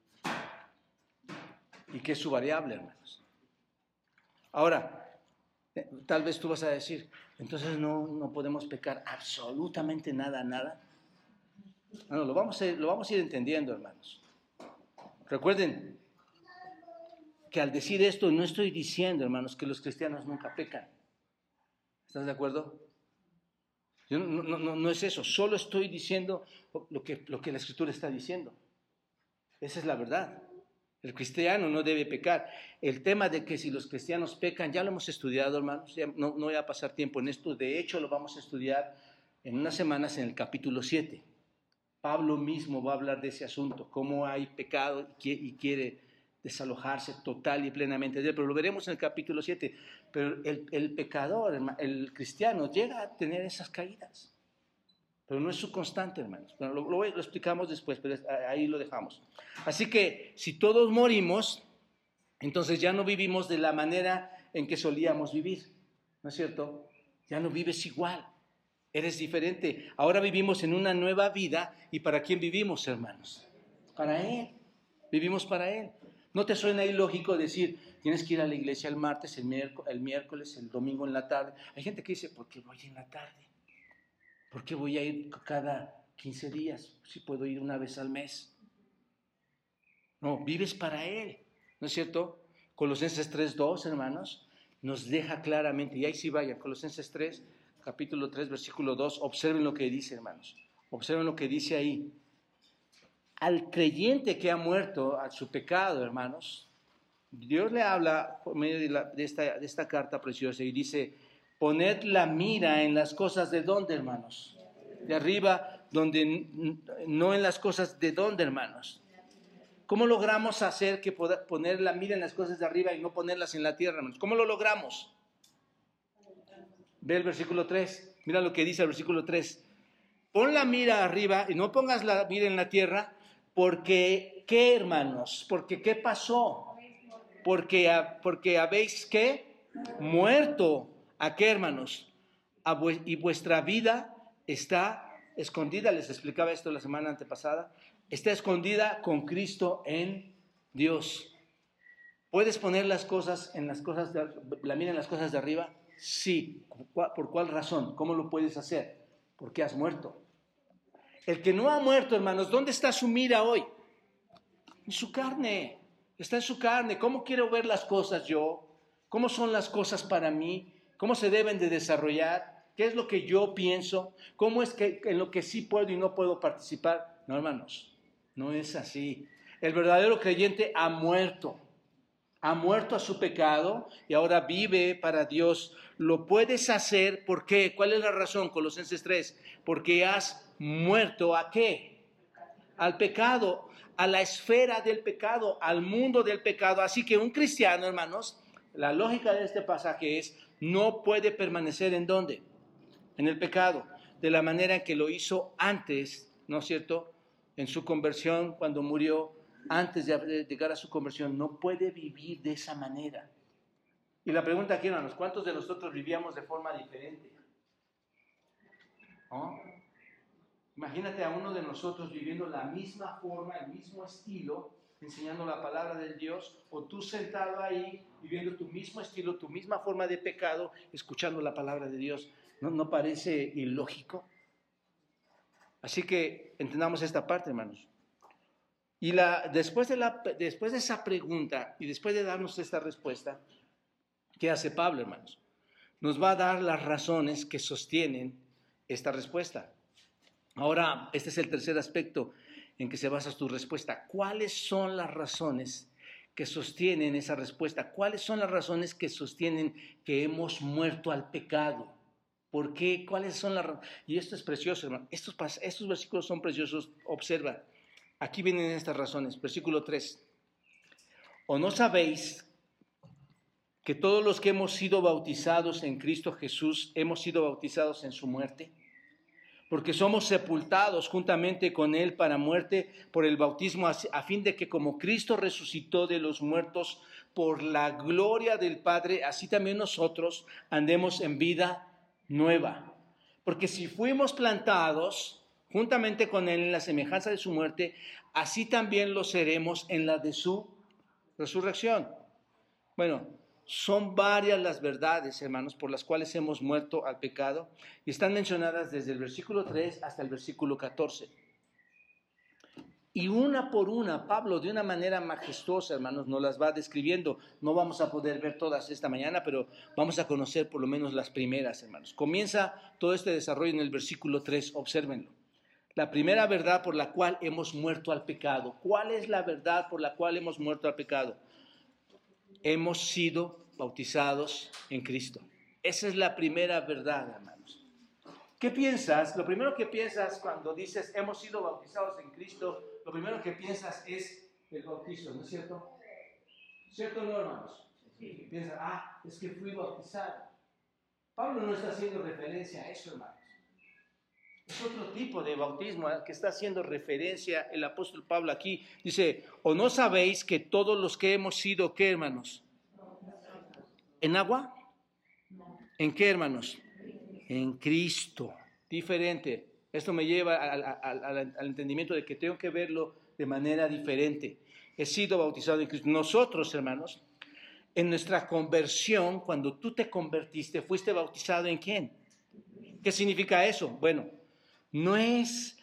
y que es su variable, hermanos. Ahora, tal vez tú vas a decir, entonces no podemos pecar absolutamente nada. Bueno, lo vamos a ir entendiendo, hermanos. Recuerden que al decir esto no estoy diciendo, hermanos, que los cristianos nunca pecan. ¿Estás de acuerdo? Yo no es eso, solo estoy diciendo lo que la Escritura está diciendo. Esa es la verdad. El cristiano no debe pecar. El tema de que si los cristianos pecan, ya lo hemos estudiado, hermanos, ya no voy a pasar tiempo en esto, de hecho lo vamos a estudiar en unas semanas en el capítulo 7. Pablo mismo va a hablar de ese asunto, cómo hay pecado y quiere desalojarse total y plenamente de él, pero lo veremos en el capítulo 7. Pero el pecador, el cristiano, llega a tener esas caídas, pero no es su constante, hermanos. Bueno, lo explicamos después, pero ahí lo dejamos. Así que si todos morimos, entonces ya no vivimos de la manera en que solíamos vivir, ¿no es cierto? Ya no vives igual. Eres diferente. Ahora vivimos en una nueva vida. ¿Y para quién vivimos, hermanos? Para Él. Vivimos para Él. ¿No te suena ilógico decir, tienes que ir a la iglesia el martes, el miércoles, el domingo en la tarde? Hay gente que dice, ¿por qué voy en la tarde? ¿Por qué voy a ir cada 15 días? Si puedo ir una vez al mes. No, vives para Él. ¿No es cierto? Colosenses 3:2, hermanos, nos deja claramente, y ahí sí vayan, Colosenses 3, capítulo 3, versículo 2, observen lo que dice, hermanos. Observen lo que dice ahí. Al creyente que ha muerto a su pecado, hermanos, Dios le habla por medio de esta carta preciosa y dice, poned la mira en las cosas de dónde, hermanos. De arriba, donde no en las cosas de dónde, hermanos. ¿Cómo logramos hacer que poner la mira en las cosas de arriba y no ponerlas en la tierra, hermanos? ¿Cómo lo logramos? Ve el versículo 3. Mira lo que dice el versículo 3. Pon la mira arriba y no pongas la mira en la tierra, porque, ¿qué, hermanos? Porque, ¿qué pasó? Porque habéis, ¿qué? Muerto. ¿A qué, hermanos? Y vuestra vida está escondida. Les explicaba esto la semana antepasada. Está escondida con Cristo en Dios. ¿Puedes poner las cosas en las cosas la mira en las cosas de arriba? Sí. ¿Por cuál razón? ¿Cómo lo puedes hacer? Porque has muerto. El que no ha muerto, hermanos, ¿dónde está su mira hoy? En su carne. Está en su carne. ¿Cómo quiero ver las cosas yo? ¿Cómo son las cosas para mí? ¿Cómo se deben de desarrollar? ¿Qué es lo que yo pienso? ¿Cómo es que en lo que sí puedo y no puedo participar? No, hermanos. No es así. El verdadero creyente ha muerto a su pecado y ahora vive para Dios. Lo puedes hacer, ¿por qué? ¿Cuál es la razón? Colosenses 3, porque has muerto ¿a qué? Al pecado, a la esfera del pecado, al mundo del pecado. Así que un cristiano, hermanos, la lógica de este pasaje es, no puede permanecer ¿en dónde? En el pecado, de la manera en que lo hizo antes, ¿no es cierto?, en su conversión, cuando murió, antes de llegar a su conversión, no puede vivir de esa manera. Y la pregunta aquí, hermanos, ¿cuántos de nosotros vivíamos de forma diferente? ¿No? Imagínate a uno de nosotros viviendo la misma forma, el mismo estilo, enseñando la palabra de Dios, o tú sentado ahí, viviendo tu mismo estilo, tu misma forma de pecado, escuchando la palabra de Dios. ¿No parece ilógico? Así que entendamos esta parte, hermanos. Y después de esa pregunta y después de darnos esta respuesta, ¿qué hace Pablo, hermanos? Nos va a dar las razones que sostienen esta respuesta. Ahora, este es el tercer aspecto en que se basa tu respuesta. ¿Cuáles son las razones que sostienen esa respuesta? ¿Cuáles son las razones que sostienen que hemos muerto al pecado? ¿Por qué? ¿Cuáles son las razones? Y esto es precioso, hermano. Estos versículos son preciosos. Observa. Aquí vienen estas razones. Versículo 3. ¿O no sabéis que todos los que hemos sido bautizados en Cristo Jesús hemos sido bautizados en su muerte? Porque somos sepultados juntamente con Él para muerte por el bautismo, a fin de que como Cristo resucitó de los muertos por la gloria del Padre, así también nosotros andemos en vida nueva. Porque si fuimos plantados juntamente con Él en la semejanza de su muerte, así también lo seremos en la de su resurrección. Bueno, son varias las verdades, hermanos, por las cuales hemos muerto al pecado y están mencionadas desde el versículo 3 hasta el versículo 14. Y una por una, Pablo, de una manera majestuosa, hermanos, nos las va describiendo. No vamos a poder ver todas esta mañana, pero vamos a conocer por lo menos las primeras, hermanos. Comienza todo este desarrollo en el versículo 3, obsérvenlo. La primera verdad por la cual hemos muerto al pecado. ¿Cuál es la verdad por la cual hemos muerto al pecado? Hemos sido bautizados en Cristo. Esa es la primera verdad, hermanos. ¿Qué piensas? Lo primero que piensas cuando dices hemos sido bautizados en Cristo, lo primero que piensas es el bautizo, ¿no es cierto? ¿Cierto o no, hermanos? Sí. Piensas, es que fui bautizado. Pablo no está haciendo referencia a eso, hermanos. Es otro tipo de bautismo que está haciendo referencia el apóstol Pablo aquí. Dice, ¿o no sabéis que todos los que hemos sido, ¿qué, hermanos? ¿En agua? ¿En qué, hermanos? En Cristo. Diferente. Esto me lleva al entendimiento de que tengo que verlo de manera diferente. He sido bautizado en Cristo. Nosotros, hermanos, en nuestra conversión, cuando tú te convertiste, fuiste bautizado ¿en quién? ¿Qué significa eso? Bueno, no es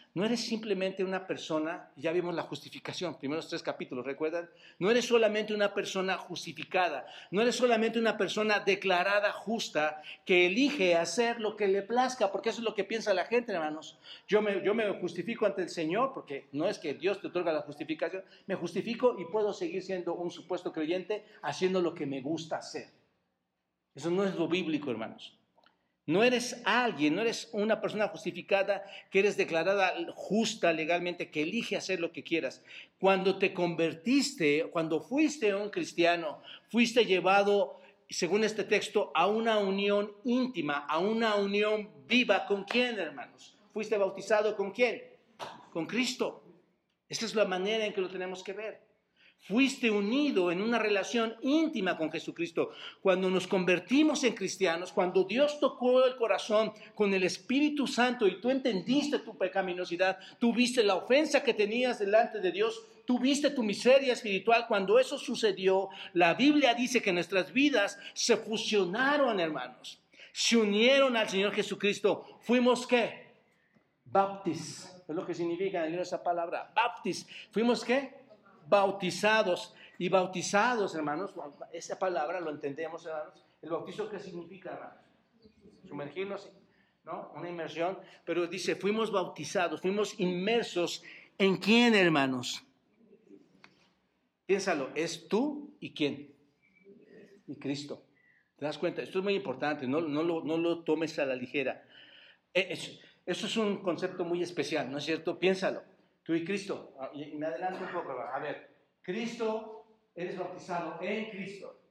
no eres simplemente una persona, ya vimos la justificación, primeros 3 capítulos, ¿recuerdan? No eres solamente una persona justificada, no eres solamente una persona declarada justa que elige hacer lo que le plazca, porque eso es lo que piensa la gente, hermanos. Yo me justifico ante el Señor, porque no es que Dios te otorga la justificación, me justifico y puedo seguir siendo un supuesto creyente haciendo lo que me gusta hacer. Eso no es lo bíblico, hermanos. No eres alguien, no eres una persona justificada que eres declarada justa legalmente, que elige hacer lo que quieras. Cuando te convertiste, cuando fuiste un cristiano, fuiste llevado, según este texto, a una unión íntima, a una unión viva. ¿Con quién, hermanos? ¿Fuiste bautizado con quién? Con Cristo. Esa es la manera en que lo tenemos que ver. Fuiste unido en una relación íntima con Jesucristo. Cuando nos convertimos en cristianos, cuando Dios tocó el corazón con el Espíritu Santo y tú entendiste tu pecaminosidad, tú viste la ofensa que tenías delante de Dios, tú viste tu miseria espiritual. Cuando eso sucedió, la Biblia dice que nuestras vidas se fusionaron, hermanos. Se unieron al Señor Jesucristo. Fuimos, ¿qué? Baptis. Es lo que significa en esa palabra. Baptis. ¿Fuimos qué? Bautizados. Y bautizados, hermanos, esa palabra lo entendemos, hermanos. ¿El bautizo qué significa, hermanos? Sumergirnos, ¿no? Una inmersión. Pero dice, fuimos bautizados, fuimos inmersos. ¿En quién, hermanos? Piénsalo, es tú y quién. Y Cristo. ¿Te das cuenta? Esto es muy importante, no lo tomes a la ligera. Eso es un concepto muy especial, ¿no es cierto? Piénsalo. Tú y Cristo. Y me adelanto un poco. A ver, Cristo, eres bautizado en Cristo.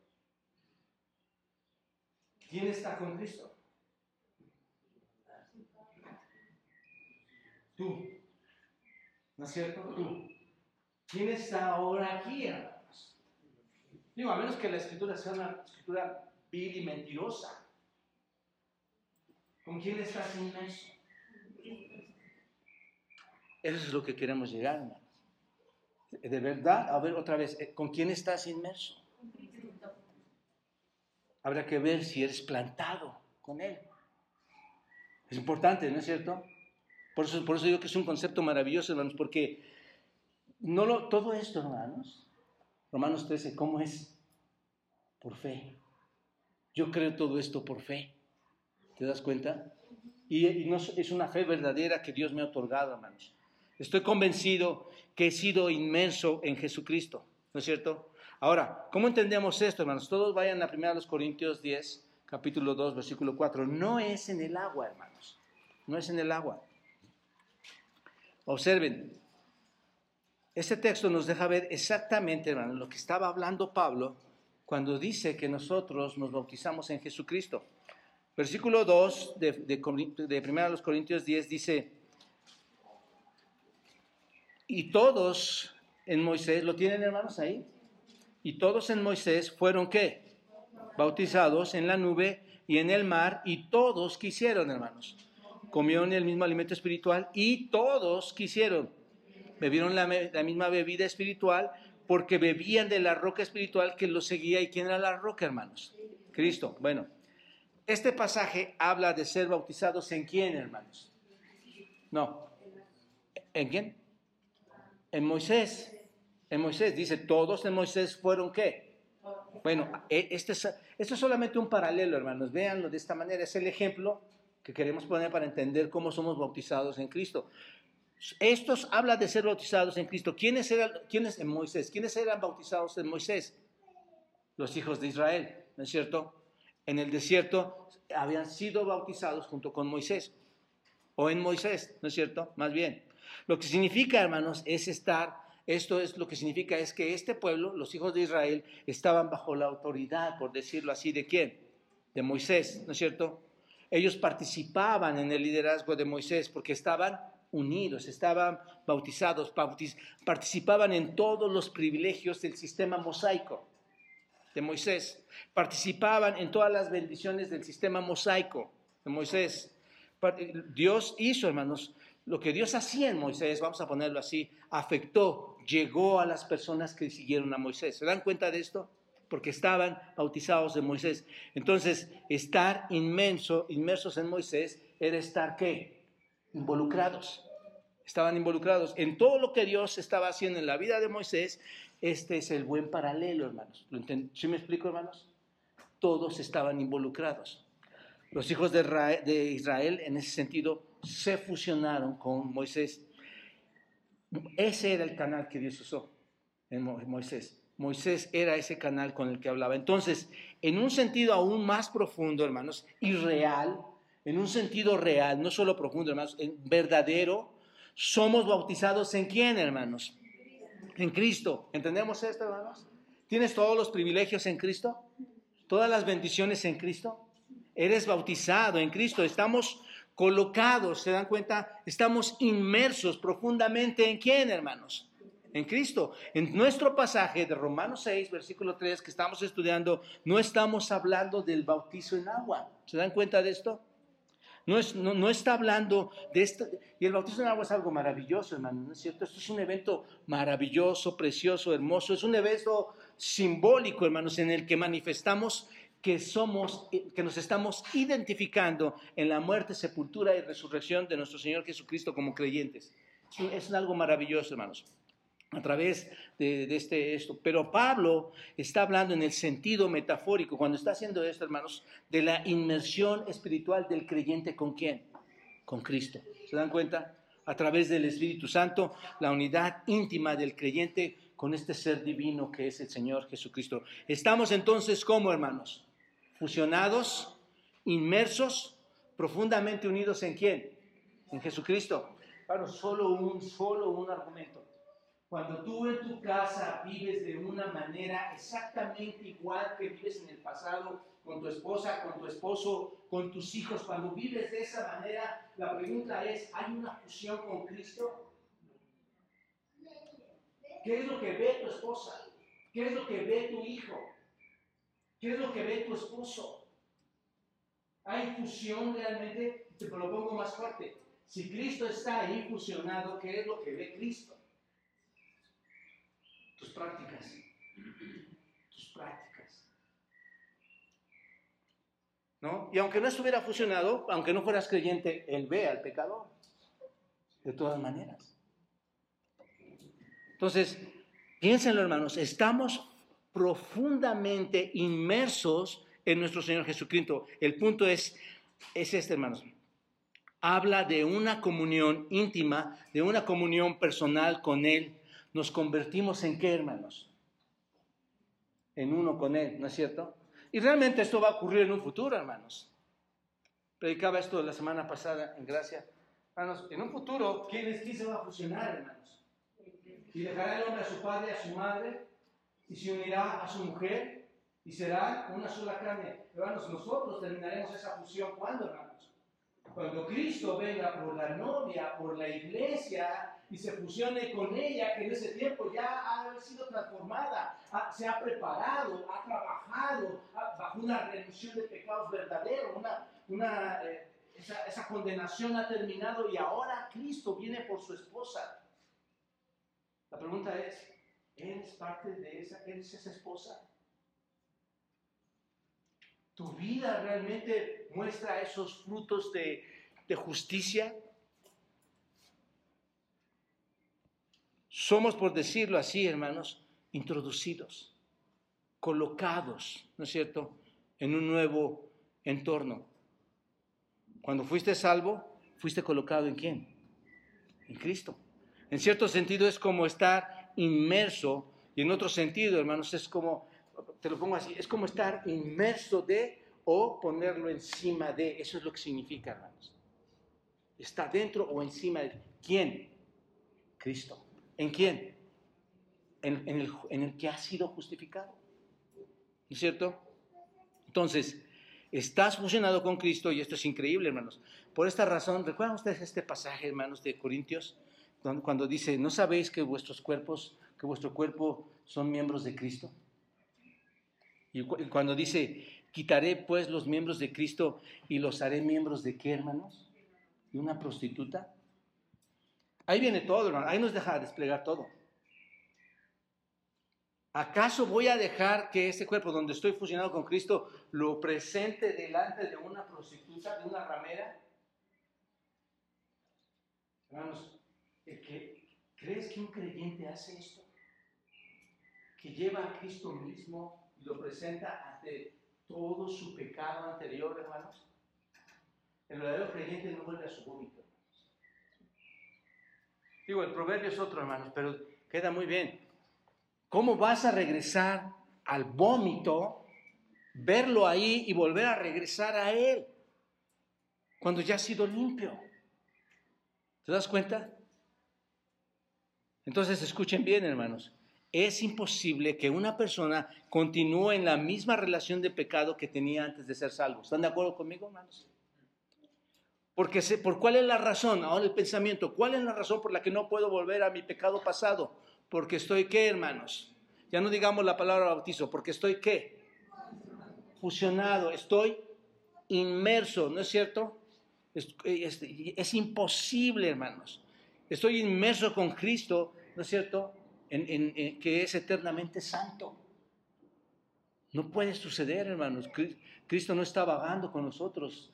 ¿Quién está con Cristo? Tú. ¿No es cierto? Tú. ¿Quién está ahora aquí, hermanos? Digo, a menos que la escritura sea una escritura vil y mentirosa. ¿Con quién estás inmerso? Eso es lo que queremos llegar, hermanos. De verdad, a ver otra vez, ¿con quién estás inmerso? Habrá que ver si eres plantado con Él. Es importante, ¿no es cierto? Por eso digo que es un concepto maravilloso, hermanos, porque todo esto, hermanos, Romanos 13, ¿cómo es? Por fe. Yo creo todo esto por fe. ¿Te das cuenta? Y no, es una fe verdadera que Dios me ha otorgado, hermanos. Estoy convencido que he sido inmerso en Jesucristo, ¿no es cierto? Ahora, ¿cómo entendemos esto, hermanos? Todos vayan a 1 Corintios 10, capítulo 2, versículo 4. No es en el agua, hermanos. No es en el agua. Observen. Este texto nos deja ver exactamente, hermanos, lo que estaba hablando Pablo cuando dice que nosotros nos bautizamos en Jesucristo. Versículo 2 de 1 Corintios 10 dice, y todos en Moisés, ¿lo tienen, hermanos, ahí? Y todos en Moisés fueron, ¿qué? Bautizados en la nube y en el mar, y todos quisieron, hermanos. Comieron el mismo alimento espiritual y todos quisieron. Bebieron la misma bebida espiritual porque bebían de la roca espiritual que los seguía. ¿Y quién era la roca, hermanos? Cristo. Bueno, este pasaje habla de ser bautizados ¿en quién, hermanos? No. ¿En quién? En Moisés. En Moisés. Dice, todos en Moisés fueron ¿qué? Bueno, esto es solamente un paralelo, hermanos. Véanlo de esta manera. Es el ejemplo que queremos poner para entender cómo somos bautizados en Cristo. Estos habla de ser bautizados en Cristo. ¿Quiénes en Moisés? ¿Quiénes eran bautizados en Moisés? Los hijos de Israel, ¿no es cierto? En el desierto habían sido bautizados junto con Moisés. O en Moisés, ¿no es cierto? Más bien. Lo que significa, hermanos, esto es lo que significa es que este pueblo, los hijos de Israel, estaban bajo la autoridad, por decirlo así, ¿de quién? De Moisés, ¿no es cierto? Ellos participaban en el liderazgo de Moisés porque estaban unidos, estaban bautizados, participaban en todos los privilegios del sistema mosaico de Moisés, participaban en todas las bendiciones del sistema mosaico de Moisés. Dios hizo, hermanos, lo que Dios hacía en Moisés, vamos a ponerlo así, llegó a las personas que siguieron a Moisés. ¿Se dan cuenta de esto? Porque estaban bautizados en Moisés. Entonces, estar inmersos en Moisés era estar, ¿qué? Involucrados. estaban involucrados. En todo lo que Dios estaba haciendo en la vida de Moisés, este es el buen paralelo, hermanos. ¿Sí me explico, hermanos? Todos estaban involucrados. Los hijos de Israel, en ese sentido, se fusionaron con Moisés. Ese era el canal que Dios usó en Moisés. Moisés era ese canal con el que hablaba. Entonces, en un sentido aún más profundo, hermanos, y real, en un sentido real, no solo profundo, hermanos, verdadero, somos bautizados ¿en quién, hermanos? En Cristo. ¿Entendemos esto, hermanos? ¿Tienes todos los privilegios en Cristo? ¿Todas las bendiciones en Cristo? Eres bautizado en Cristo. Estamos colocados, ¿se dan cuenta? Estamos inmersos profundamente ¿en quién, hermanos? En Cristo. En nuestro pasaje de Romanos 6, versículo 3, que estamos estudiando, no estamos hablando del bautizo en agua. ¿Se dan cuenta de esto? No está hablando de esto. Y el bautizo en agua es algo maravilloso, hermano, ¿no es cierto? Esto es un evento maravilloso, precioso, hermoso. Es un evento simbólico, hermanos, en el que manifestamos que nos estamos identificando en la muerte, sepultura y resurrección de nuestro Señor Jesucristo como creyentes. Es algo maravilloso, hermanos, a través de esto. Pero Pablo está hablando en el sentido metafórico, cuando está haciendo esto, hermanos, de la inmersión espiritual del creyente ¿con quién? Con Cristo. ¿Se dan cuenta? A través del Espíritu Santo, la unidad íntima del creyente con este ser divino que es el Señor Jesucristo. Estamos entonces, ¿cómo, hermanos? Fusionados, inmersos, profundamente unidos ¿en quién? En Jesucristo. Claro, solo un argumento. Cuando tú en tu casa vives de una manera exactamente igual que vives en el pasado, con tu esposa, con tu esposo, con tus hijos, cuando vives de esa manera, la pregunta es, ¿hay una fusión con Cristo? ¿Qué es lo que ve tu esposa? ¿Qué es lo que ve tu hijo? ¿Qué es lo que ve tu esposo? ¿Hay fusión realmente? Te lo pongo más fuerte. Si Cristo está ahí fusionado, ¿qué es lo que ve Cristo? Tus prácticas. ¿No? Y aunque no estuviera fusionado, aunque no fueras creyente, Él ve al pecador. De todas maneras. Entonces, piénsenlo, hermanos, estamos profundamente inmersos en nuestro Señor Jesucristo. El punto es este, hermanos. Habla de una comunión íntima, de una comunión personal con Él. Nos convertimos ¿en qué, hermanos? En uno con Él, ¿no es cierto? Y realmente esto va a ocurrir en un futuro, hermanos. Predicaba esto la semana pasada en Gracia. Hermanos, en un futuro, ¿quién se va a fusionar, hermanos? Y dejará el hombre a su padre y a su madre, y se unirá a su mujer, y será una sola carne. Hermanos, nosotros terminaremos esa fusión, ¿cuándo, hermanos? Cuando Cristo venga por la novia, por la iglesia, y se fusione con ella, que en ese tiempo ya ha sido transformada, se ha preparado, ha trabajado bajo una remisión de pecados verdadero, esa condenación ha terminado y ahora Cristo viene por su esposa. La pregunta es, ¿eres parte de eres esa esposa? ¿Tu vida realmente muestra esos frutos de justicia? Somos, por decirlo así, hermanos, introducidos, colocados, ¿no es cierto?, en un nuevo entorno. Cuando fuiste salvo, fuiste colocado ¿en quién? En Cristo. En cierto sentido es como estar inmerso, y en otro sentido, hermanos, es como, te lo pongo así, es como estar inmerso de o ponerlo encima de. Eso es lo que significa, hermanos. Está dentro o encima de. ¿Quién? Cristo. ¿En quién? En el que ha sido justificado. ¿No es cierto? Entonces, estás fusionado con Cristo y esto es increíble, hermanos. Por esta razón, ¿recuerdan ustedes este pasaje, hermanos, de Corintios? Cuando dice, ¿no sabéis que vuestro cuerpo son miembros de Cristo? Y cuando dice, quitaré pues los miembros de Cristo y los haré miembros ¿de qué, hermanos? ¿De una prostituta? Ahí viene todo, hermano. Ahí nos deja desplegar todo. ¿Acaso voy a dejar que este cuerpo donde estoy fusionado con Cristo lo presente delante de una prostituta, de una ramera? Hermanos, ¿Crees que un creyente hace esto? Que lleva a Cristo mismo y lo presenta ante todo su pecado anterior, hermanos. El verdadero creyente no vuelve a su vómito. Digo, el proverbio es otro, hermanos, pero queda muy bien. ¿Cómo vas a regresar al vómito, verlo ahí y volver a regresar a él cuando ya has sido limpio? ¿Te das cuenta? Entonces, escuchen bien, hermanos. Es imposible que una persona continúe en la misma relación de pecado que tenía antes de ser salvo. ¿Están de acuerdo conmigo, hermanos? ¿Por cuál es la razón? Ahora el pensamiento. ¿Cuál es la razón por la que no puedo volver a mi pecado pasado? Porque estoy, ¿qué, hermanos? Ya no digamos la palabra bautizo. Porque estoy, ¿qué? Fusionado. Estoy inmerso, ¿no es cierto? Es imposible, hermanos. Estoy inmerso con Cristo, ¿no es cierto?, que es eternamente santo. No puede suceder, hermanos. Cristo no está vagando con nosotros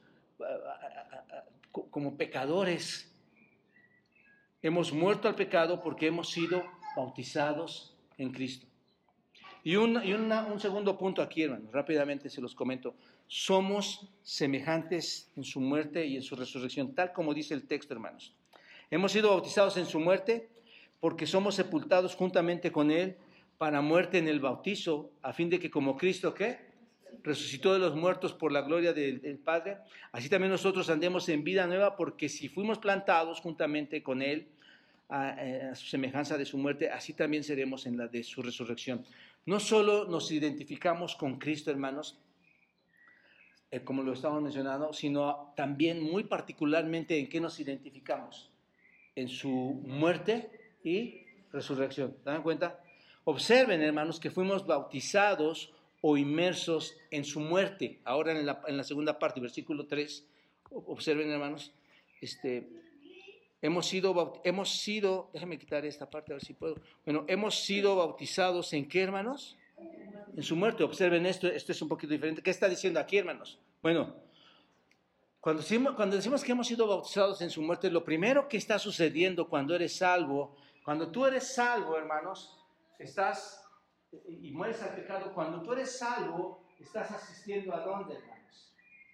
como pecadores. Hemos muerto al pecado porque hemos sido bautizados en Cristo. Y un segundo punto aquí, hermanos, rápidamente se los comento. Somos semejantes en su muerte y en su resurrección, tal como dice el texto, hermanos. Hemos sido bautizados en su muerte porque somos sepultados juntamente con él para muerte en el bautizo, a fin de que como Cristo, ¿qué? Resucitó de los muertos por la gloria del Padre, así también nosotros andemos en vida nueva, porque si fuimos plantados juntamente con él a su semejanza de su muerte, así también seremos en la de su resurrección. No solo nos identificamos con Cristo, hermanos, como lo estamos mencionando, sino también muy particularmente en qué nos identificamos, en su muerte y resurrección. ¿Se dan cuenta? Observen, hermanos, que fuimos bautizados o inmersos en su muerte. Ahora en la segunda parte, versículo 3, observen, hermanos, hemos sido, déjenme quitar esta parte a ver si puedo. Bueno, hemos sido bautizados ¿en qué, hermanos? En su muerte. Observen esto es un poquito diferente. ¿Qué está diciendo aquí, hermanos? Bueno, cuando decimos que hemos sido bautizados en su muerte, lo primero que está sucediendo cuando eres salvo, cuando tú eres salvo, hermanos, y mueres al pecado, cuando tú eres salvo, estás asistiendo ¿a dónde, hermanos?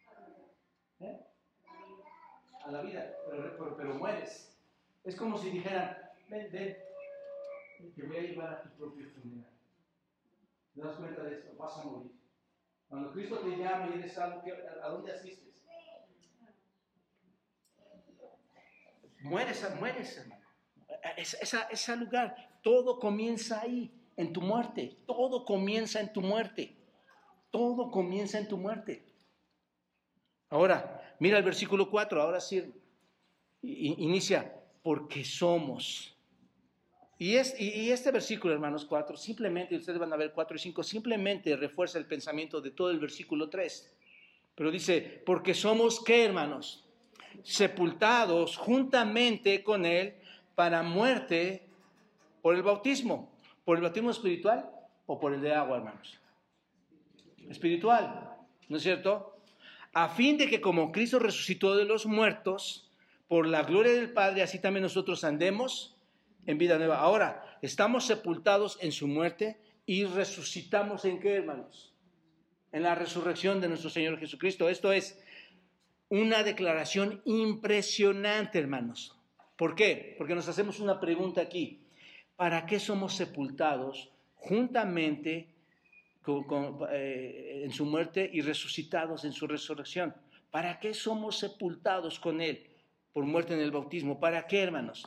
A la vida, pero mueres. Es como si dijeran, ven, te voy a llevar a tu propio funeral. ¿Te das cuenta de esto? Vas a morir. Cuando Cristo te llama y eres salvo, ¿a dónde asistes? Mueres, hermano. Ese lugar, todo comienza ahí, en tu muerte. Todo comienza en tu muerte. Todo comienza en tu muerte. Ahora, mira el versículo 4, ahora sí, inicia, porque somos. Y este versículo, hermanos, 4, simplemente, ustedes van a ver 4 y 5, simplemente refuerza el pensamiento de todo el versículo 3. Pero dice, porque somos, ¿qué, hermanos? Sepultados juntamente con él para muerte por el bautismo. ¿Por el bautismo espiritual o por el de agua, hermanos? Espiritual, ¿no es cierto? A fin de que como Cristo resucitó de los muertos, por la gloria del Padre, así también nosotros andemos en vida nueva. Ahora, estamos sepultados en su muerte y resucitamos ¿en qué, hermanos? En la resurrección de nuestro Señor Jesucristo. Esto es una declaración impresionante, hermanos. ¿Por qué? Porque nos hacemos una pregunta aquí. ¿Para qué somos sepultados juntamente en su muerte y resucitados en su resurrección? ¿Para qué somos sepultados con él por muerte en el bautismo? ¿Para qué, hermanos?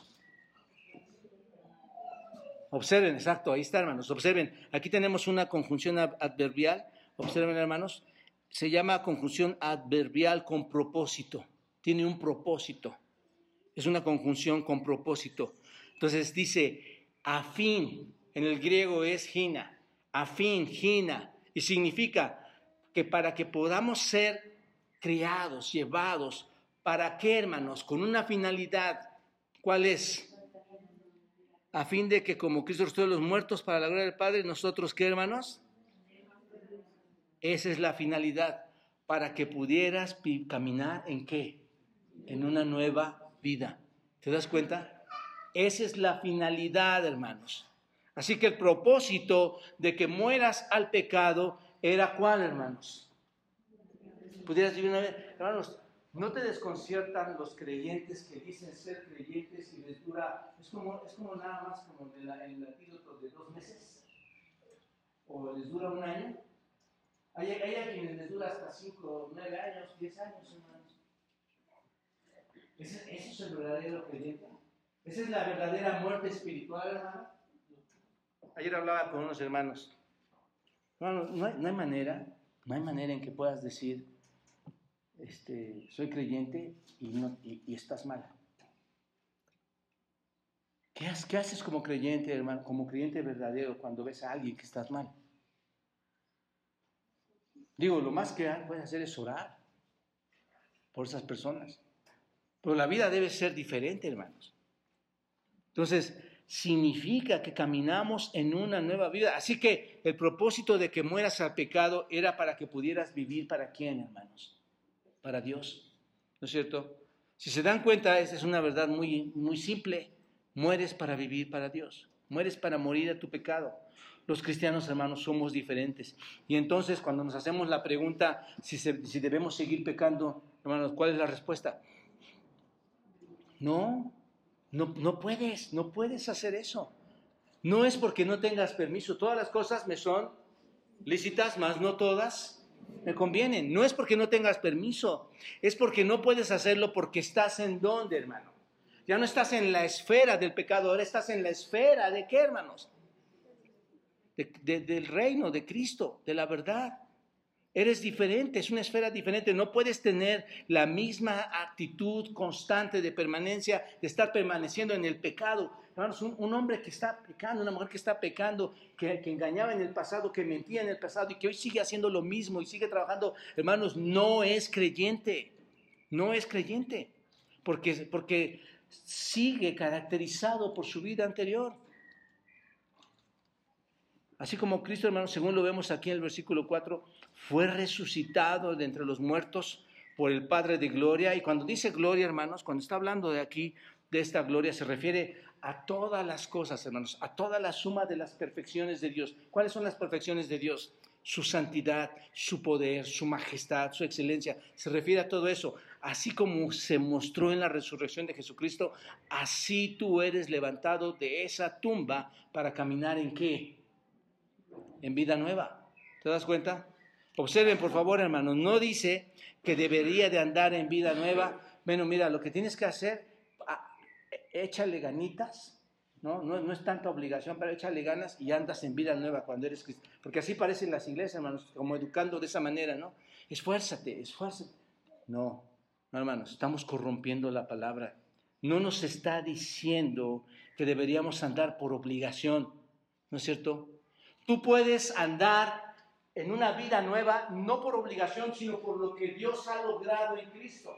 Observen, exacto, ahí está, hermanos. Observen, aquí tenemos una conjunción adverbial. Observen, hermanos, se llama conjunción adverbial con propósito. Tiene un propósito. Es una conjunción con propósito. Entonces dice, a fin, en el griego es gina, a fin, gina, y significa que para que podamos ser criados, llevados, ¿para qué, hermanos? Con una finalidad, ¿cuál es? A fin de que como Cristo resucitó de los muertos para la gloria del Padre, nosotros, ¿qué, hermanos? Esa es la finalidad, para que pudieras caminar ¿en qué? En una nueva vida. ¿Te das cuenta? Esa es la finalidad, hermanos. Así que el propósito de que mueras al pecado era ¿cuál, hermanos? ¿Pudieras decir una vez, hermanos, no te desconciertan los creyentes que dicen ser creyentes y les dura, es como nada más como el antídoto de 2 meses? ¿O les dura 1 año? Hay a quienes les dura hasta 5, 9 años, 10 años, hermanos. ¿Eso es el verdadero creyente? ¿Esa es la verdadera muerte espiritual, hermano? Ayer hablaba con unos hermanos. Hermano, no hay manera en que puedas decir, soy creyente y estás mal. ¿Qué haces como creyente, hermano, como creyente verdadero cuando ves a alguien que estás mal? Digo, lo más que puedes hacer es orar por esas personas. Pero la vida debe ser diferente, hermanos. Entonces, significa que caminamos en una nueva vida. Así que el propósito de que mueras al pecado era para que pudieras vivir ¿para quién, hermanos? Para Dios. ¿No es cierto? Si se dan cuenta, esa es una verdad muy, muy simple. Mueres para vivir para Dios. Mueres para morir a tu pecado. Los cristianos, hermanos, somos diferentes. Y entonces, cuando nos hacemos la pregunta si debemos seguir pecando, hermanos, ¿cuál es la respuesta? No puedes hacer eso. No es porque no tengas permiso. Todas las cosas me son lícitas, mas no todas me convienen. No es porque no tengas permiso. Es porque no puedes hacerlo porque estás en ¿dónde, hermano? Ya no estás en la esfera del pecado, ahora estás en la esfera ¿de qué, hermanos? Del reino de Cristo, de la verdad. Eres diferente, es una esfera diferente. No puedes tener la misma actitud constante de permanencia, de estar permaneciendo en el pecado. Hermanos, un hombre que está pecando, una mujer que está pecando, que engañaba en el pasado, que mentía en el pasado y que hoy sigue haciendo lo mismo y sigue trabajando, hermanos, no es creyente. No es creyente. Porque sigue caracterizado por su vida anterior. Así como Cristo, hermanos, según lo vemos aquí en el versículo 4, fue resucitado de entre los muertos por el Padre de gloria. Y cuando dice gloria, hermanos, cuando está hablando de aquí, de esta gloria, se refiere a todas las cosas, hermanos, a toda la suma de las perfecciones de Dios. ¿Cuáles son las perfecciones de Dios? Su santidad, su poder, su majestad, su excelencia. Se refiere a todo eso. Así como se mostró en la resurrección de Jesucristo, así tú eres levantado de esa tumba para caminar ¿en qué? En vida nueva. ¿Te das cuenta? Observen, por favor, hermanos, no dice que debería de andar en vida nueva. Bueno, mira, lo que tienes que hacer, échale ganitas, no es tanta obligación, pero échale ganas y andas en vida nueva cuando eres cristiano. Porque así parecen las iglesias, hermanos, como educando de esa manera, ¿no? Esfuérzate. No, hermanos, estamos corrompiendo la palabra. No nos está diciendo que deberíamos andar por obligación, ¿no es cierto? Tú puedes andar en una vida nueva, no por obligación, sino por lo que Dios ha logrado en Cristo.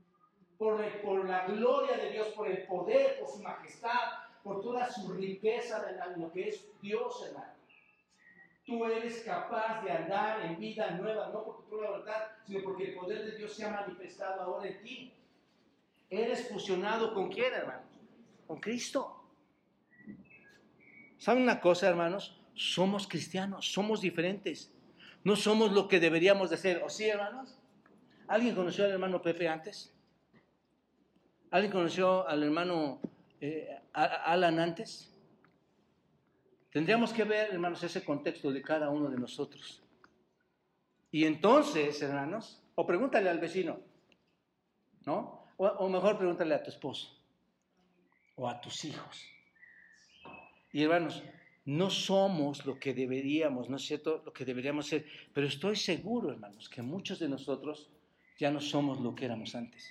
Por la gloria de Dios, por el poder, por su majestad, por toda su riqueza de lo que es Dios, hermano. Tú eres capaz de andar en vida nueva, no por tu propia voluntad, sino porque el poder de Dios se ha manifestado ahora en ti. Eres fusionado ¿con quién, hermano? Con Cristo. ¿Saben una cosa, hermanos? Somos cristianos, somos diferentes. No somos lo que deberíamos de ser. ¿O sí, hermanos? ¿Alguien conoció al hermano Pepe antes? ¿Alguien conoció al hermano Alan antes? Tendríamos que ver, hermanos, ese contexto de cada uno de nosotros. Y entonces, hermanos, o pregúntale al vecino, ¿no? O mejor pregúntale a tu esposo o a tus hijos. Y hermanos, no somos lo que deberíamos, ¿no es cierto? Lo que deberíamos ser. Pero estoy seguro, hermanos, que muchos de nosotros ya no somos lo que éramos antes.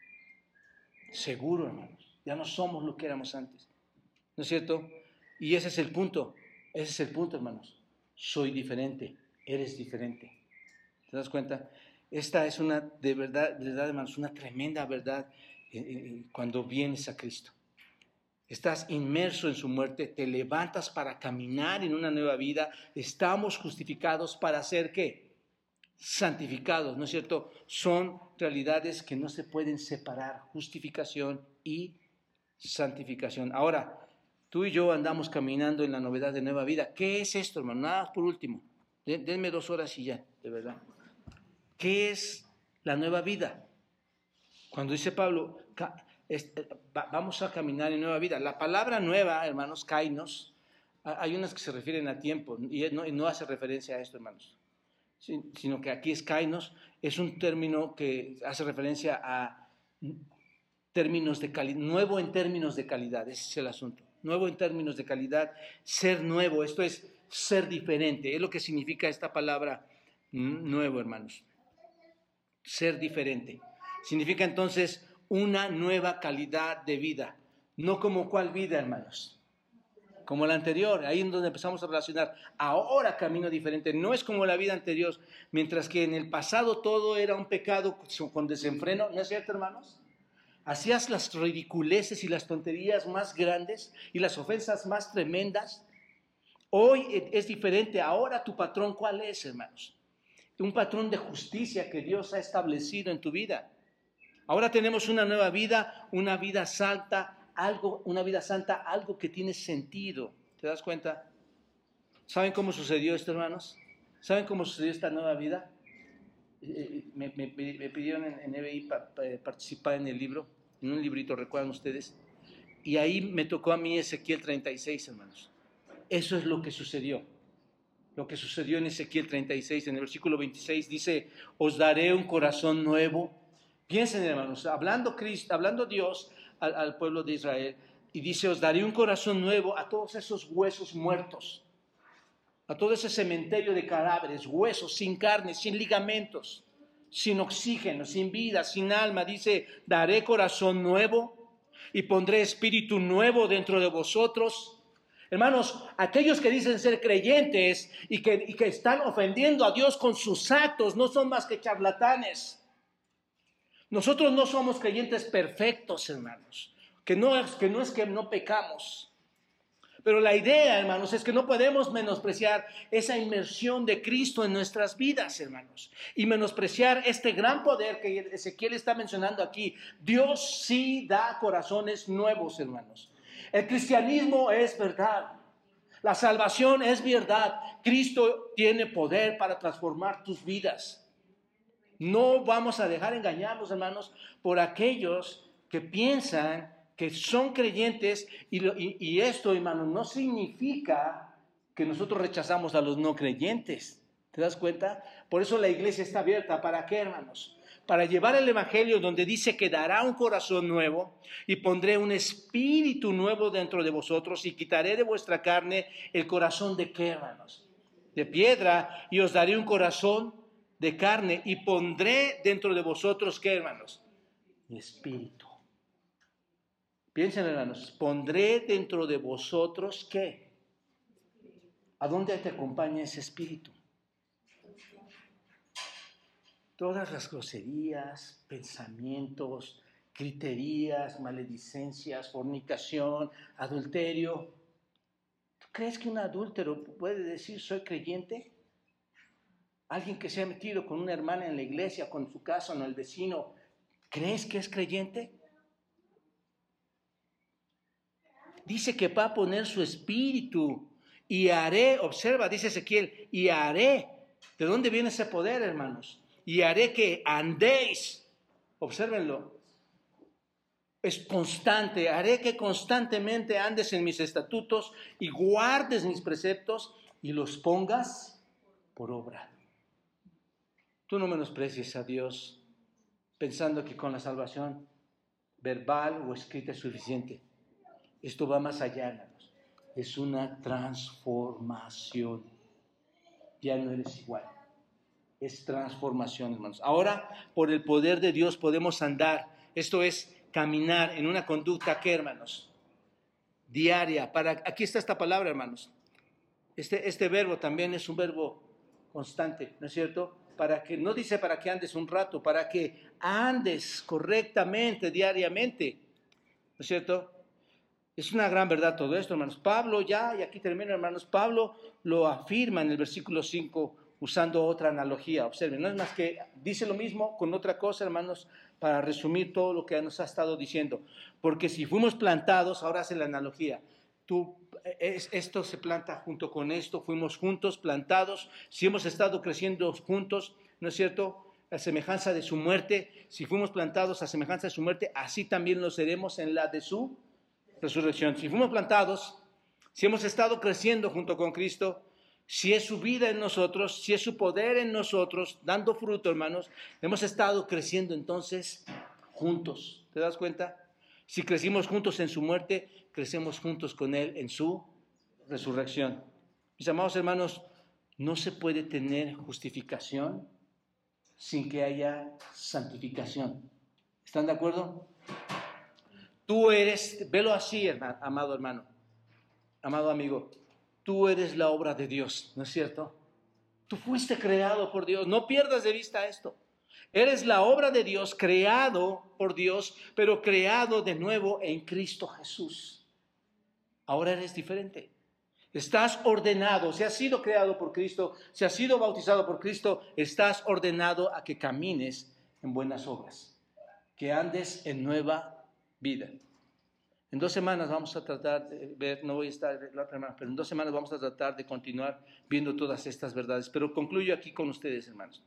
Seguro, hermanos, ya no somos lo que éramos antes. ¿No es cierto? Y ese es el punto. Ese es el punto, hermanos. Soy diferente, eres diferente. ¿Te das cuenta? Esta es una, de verdad, hermanos, una tremenda verdad cuando vienes a Cristo. Estás inmerso en su muerte, te levantas para caminar en una nueva vida. Estamos justificados para ser ¿qué? Santificados, ¿no es cierto? Son realidades que no se pueden separar, justificación y santificación. Ahora, tú y yo andamos caminando en la novedad de nueva vida. ¿Qué es esto, hermano? Nada, por último. Denme 2 horas y ya, de verdad. ¿Qué es la nueva vida? Cuando dice Pablo, vamos a caminar en nueva vida. La palabra nueva, hermanos, kainos, hay unas que se refieren a tiempo y no hace referencia a esto, hermanos. Sino que aquí es kainos, es un término que hace referencia a términos de calidad, nuevo en términos de calidad, ese es el asunto. Nuevo en términos de calidad, ser nuevo, esto es ser diferente, es lo que significa esta palabra nuevo, hermanos. Ser diferente. Significa entonces una nueva calidad de vida. No como cuál vida, hermanos. Como la anterior, ahí es donde empezamos a relacionar. Ahora camino diferente. No es como la vida anterior, mientras que en el pasado todo era un pecado con desenfreno. ¿No es cierto, hermanos? Hacías las ridiculeces y las tonterías más grandes y las ofensas más tremendas. Hoy es diferente. Ahora tu patrón, ¿cuál es, hermanos? Un patrón de justicia que Dios ha establecido en tu vida. Ahora tenemos una nueva vida, una vida santa, algo que tiene sentido. ¿Te das cuenta? ¿Saben cómo sucedió esto, hermanos? ¿Saben cómo sucedió esta nueva vida? Me pidieron en EBI participar en el libro, en un librito, ¿recuerdan ustedes? Y ahí me tocó a mí Ezequiel 36, hermanos. Eso es lo que sucedió. Lo que sucedió en Ezequiel 36, en el versículo 26, dice, os daré un corazón nuevo. Piensen, hermanos, hablando Dios al pueblo de Israel, y dice, os daré un corazón nuevo a todos esos huesos muertos, a todo ese cementerio de cadáveres, huesos, sin carne, sin ligamentos, sin oxígeno, sin vida, sin alma. Dice, daré corazón nuevo y pondré espíritu nuevo dentro de vosotros. Hermanos, aquellos que dicen ser creyentes y que están ofendiendo a Dios con sus actos no son más que charlatanes. Nosotros no somos creyentes perfectos, hermanos, que no es que no pecamos. Pero la idea, hermanos, es que no podemos menospreciar esa inmersión de Cristo en nuestras vidas, hermanos, y menospreciar este gran poder que Ezequiel está mencionando aquí. Dios sí da corazones nuevos, hermanos. El cristianismo es verdad. La salvación es verdad. Cristo tiene poder para transformar tus vidas. No vamos a dejar engañarnos, hermanos, por aquellos que piensan que son creyentes y esto, hermanos, no significa que nosotros rechazamos a los no creyentes. ¿Te das cuenta? Por eso la iglesia está abierta. ¿Para qué, hermanos? Para llevar el evangelio donde dice que dará un corazón nuevo y pondré un espíritu nuevo dentro de vosotros y quitaré de vuestra carne el corazón de qué, hermanos, de piedra, y os daré un corazón de carne y pondré dentro de vosotros qué, hermanos, mi espíritu. Piensen, hermanos, pondré dentro de vosotros qué. ¿A dónde te acompaña ese espíritu? Todas las groserías, pensamientos, griterías, maledicencias, fornicación, adulterio. ¿Tú crees que un adúltero puede decir soy creyente? Alguien que se ha metido con una hermana en la iglesia, con su casa, o el vecino, ¿crees que es creyente? Dice que va a poner su espíritu y haré, observa, dice Ezequiel, y haré. ¿De dónde viene ese poder, hermanos? Y haré que andéis, obsérvenlo, es constante, haré que constantemente andes en mis estatutos y guardes mis preceptos y los pongas por obra. Tú no menosprecies a Dios pensando que con la salvación verbal o escrita es suficiente. Esto va más allá, hermanos. Es una transformación. Ya no eres igual. Es transformación, hermanos. Ahora, por el poder de Dios podemos andar. Esto es caminar en una conducta, ¿qué, hermanos? Diaria. Aquí está esta palabra, hermanos. Este verbo también es un verbo constante, ¿no es cierto? No dice para que andes un rato, para que andes correctamente, diariamente, ¿no es cierto? Es una gran verdad todo esto, hermanos. Pablo y aquí termino, hermanos, Pablo lo afirma en el versículo 5. usando otra analogía. Observen, no es más que dice lo mismo con otra cosa, hermanos, para resumir todo lo que nos ha estado diciendo. Porque si fuimos plantados, ahora hace la analogía. Esto se planta junto con esto, fuimos juntos plantados, si hemos estado creciendo juntos, ¿no es cierto?, a semejanza de su muerte, si fuimos plantados a semejanza de su muerte, así también lo seremos en la de su resurrección. Si fuimos plantados, si hemos estado creciendo junto con Cristo, si es su vida en nosotros, si es su poder en nosotros, dando fruto, hermanos, hemos estado creciendo entonces juntos. ¿Te das cuenta? Si crecimos juntos en su muerte, crecemos juntos con Él en su resurrección. Mis amados hermanos, no se puede tener justificación sin que haya santificación. ¿Están de acuerdo? Tú eres, velo así, amado hermano, amado amigo, tú eres la obra de Dios, ¿no es cierto? Tú fuiste creado por Dios, no pierdas de vista esto. Eres la obra de Dios, creado por Dios, pero creado de nuevo en Cristo Jesús. Ahora eres diferente. Estás ordenado, si has sido creado por Cristo, si has sido bautizado por Cristo, estás ordenado a que camines en buenas obras, que andes en nueva vida. En 2 semanas vamos a tratar de ver, no voy a estar la otra semana, pero en 2 semanas vamos a tratar de continuar viendo todas estas verdades. Pero concluyo aquí con ustedes, hermanos.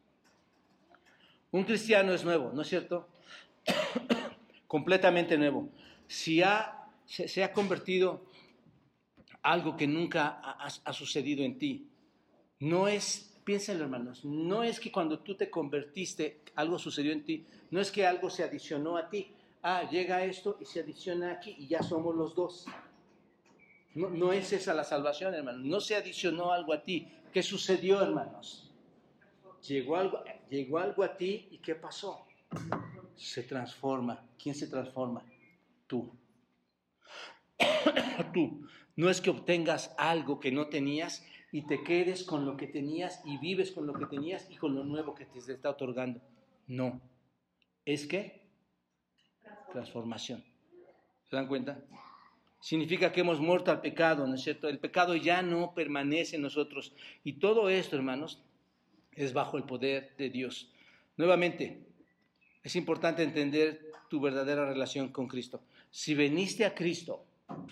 Un cristiano es nuevo, ¿no es cierto? Completamente nuevo. Si se ha convertido algo que nunca ha sucedido en ti. No es, piénsenlo, hermanos, no es que cuando tú te convertiste algo sucedió en ti, no es que algo se adicionó a ti. Llega esto y se adiciona aquí y ya somos los dos. No es esa la salvación, hermanos. No se adicionó algo a ti. ¿Qué sucedió, hermanos? Llegó algo a ti y ¿qué pasó? Se transforma. ¿Quién se transforma? Tú. Tú. No es que obtengas algo que no tenías y te quedes con lo que tenías y vives con lo que tenías y con lo nuevo que te está otorgando. No. Es que transformación. ¿Se dan cuenta? Significa que hemos muerto al pecado, ¿no es cierto? El pecado ya no permanece en nosotros. Y todo esto, hermanos, es bajo el poder de Dios. Nuevamente, es importante entender tu verdadera relación con Cristo. Si veniste a Cristo,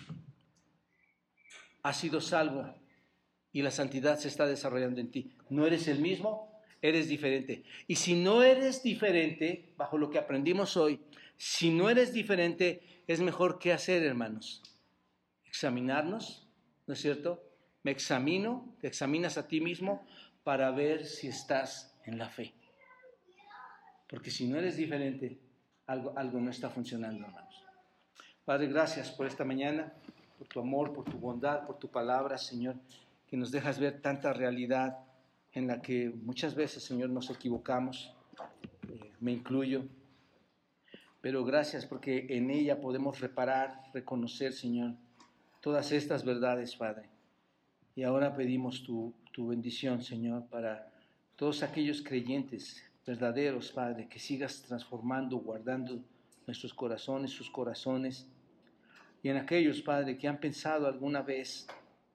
has sido salvo y la santidad se está desarrollando en ti. No eres el mismo, eres diferente. Y si no eres diferente, bajo lo que aprendimos hoy, si no eres diferente, es mejor ¿qué hacer, hermanos? Examinarnos, ¿no es cierto? Me examino, te examinas a ti mismo para ver si estás en la fe. Porque si no eres diferente, algo no está funcionando, hermanos. Padre, gracias por esta mañana, por tu amor, por tu bondad, por tu palabra, Señor, que nos dejas ver tanta realidad en la que muchas veces, Señor, nos equivocamos, me incluyo, pero gracias porque en ella podemos reparar, reconocer, Señor, todas estas verdades, Padre. Y ahora pedimos tu bendición, Señor, para todos aquellos creyentes verdaderos, Padre, que sigas transformando, guardando nuestros corazones, sus corazones, y en aquellos, Padre, que han pensado alguna vez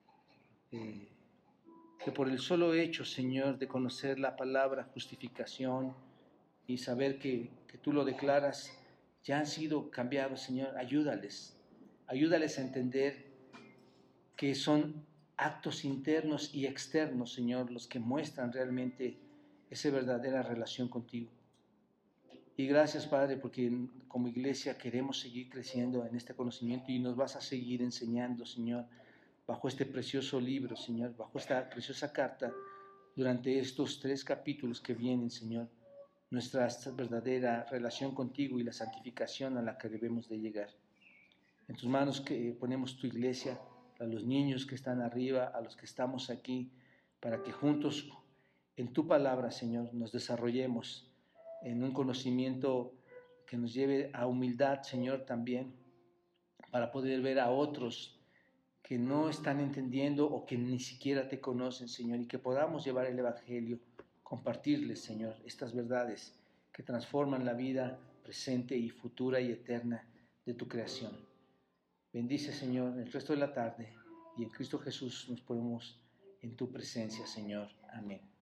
que por el solo hecho, Señor, de conocer la palabra justificación y saber que tú lo declaras, ya han sido cambiados, Señor, ayúdales a entender que son actos internos y externos, Señor, los que muestran realmente esa verdadera relación contigo. Y gracias, Padre, porque como iglesia queremos seguir creciendo en este conocimiento y nos vas a seguir enseñando, Señor, bajo este precioso libro, Señor, bajo esta preciosa carta, durante estos 3 capítulos que vienen, Señor, nuestra verdadera relación contigo y la santificación a la que debemos de llegar. En tus manos que ponemos tu iglesia, a los niños que están arriba, a los que estamos aquí, para que juntos en tu palabra, Señor, nos desarrollemos en un conocimiento que nos lleve a humildad, Señor, también, para poder ver a otros que no están entendiendo o que ni siquiera te conocen, Señor, y que podamos llevar el Evangelio, compartirles, Señor, estas verdades que transforman la vida presente y futura y eterna de tu creación. Bendice, Señor, el resto de la tarde y en Cristo Jesús nos ponemos en tu presencia, Señor. Amén.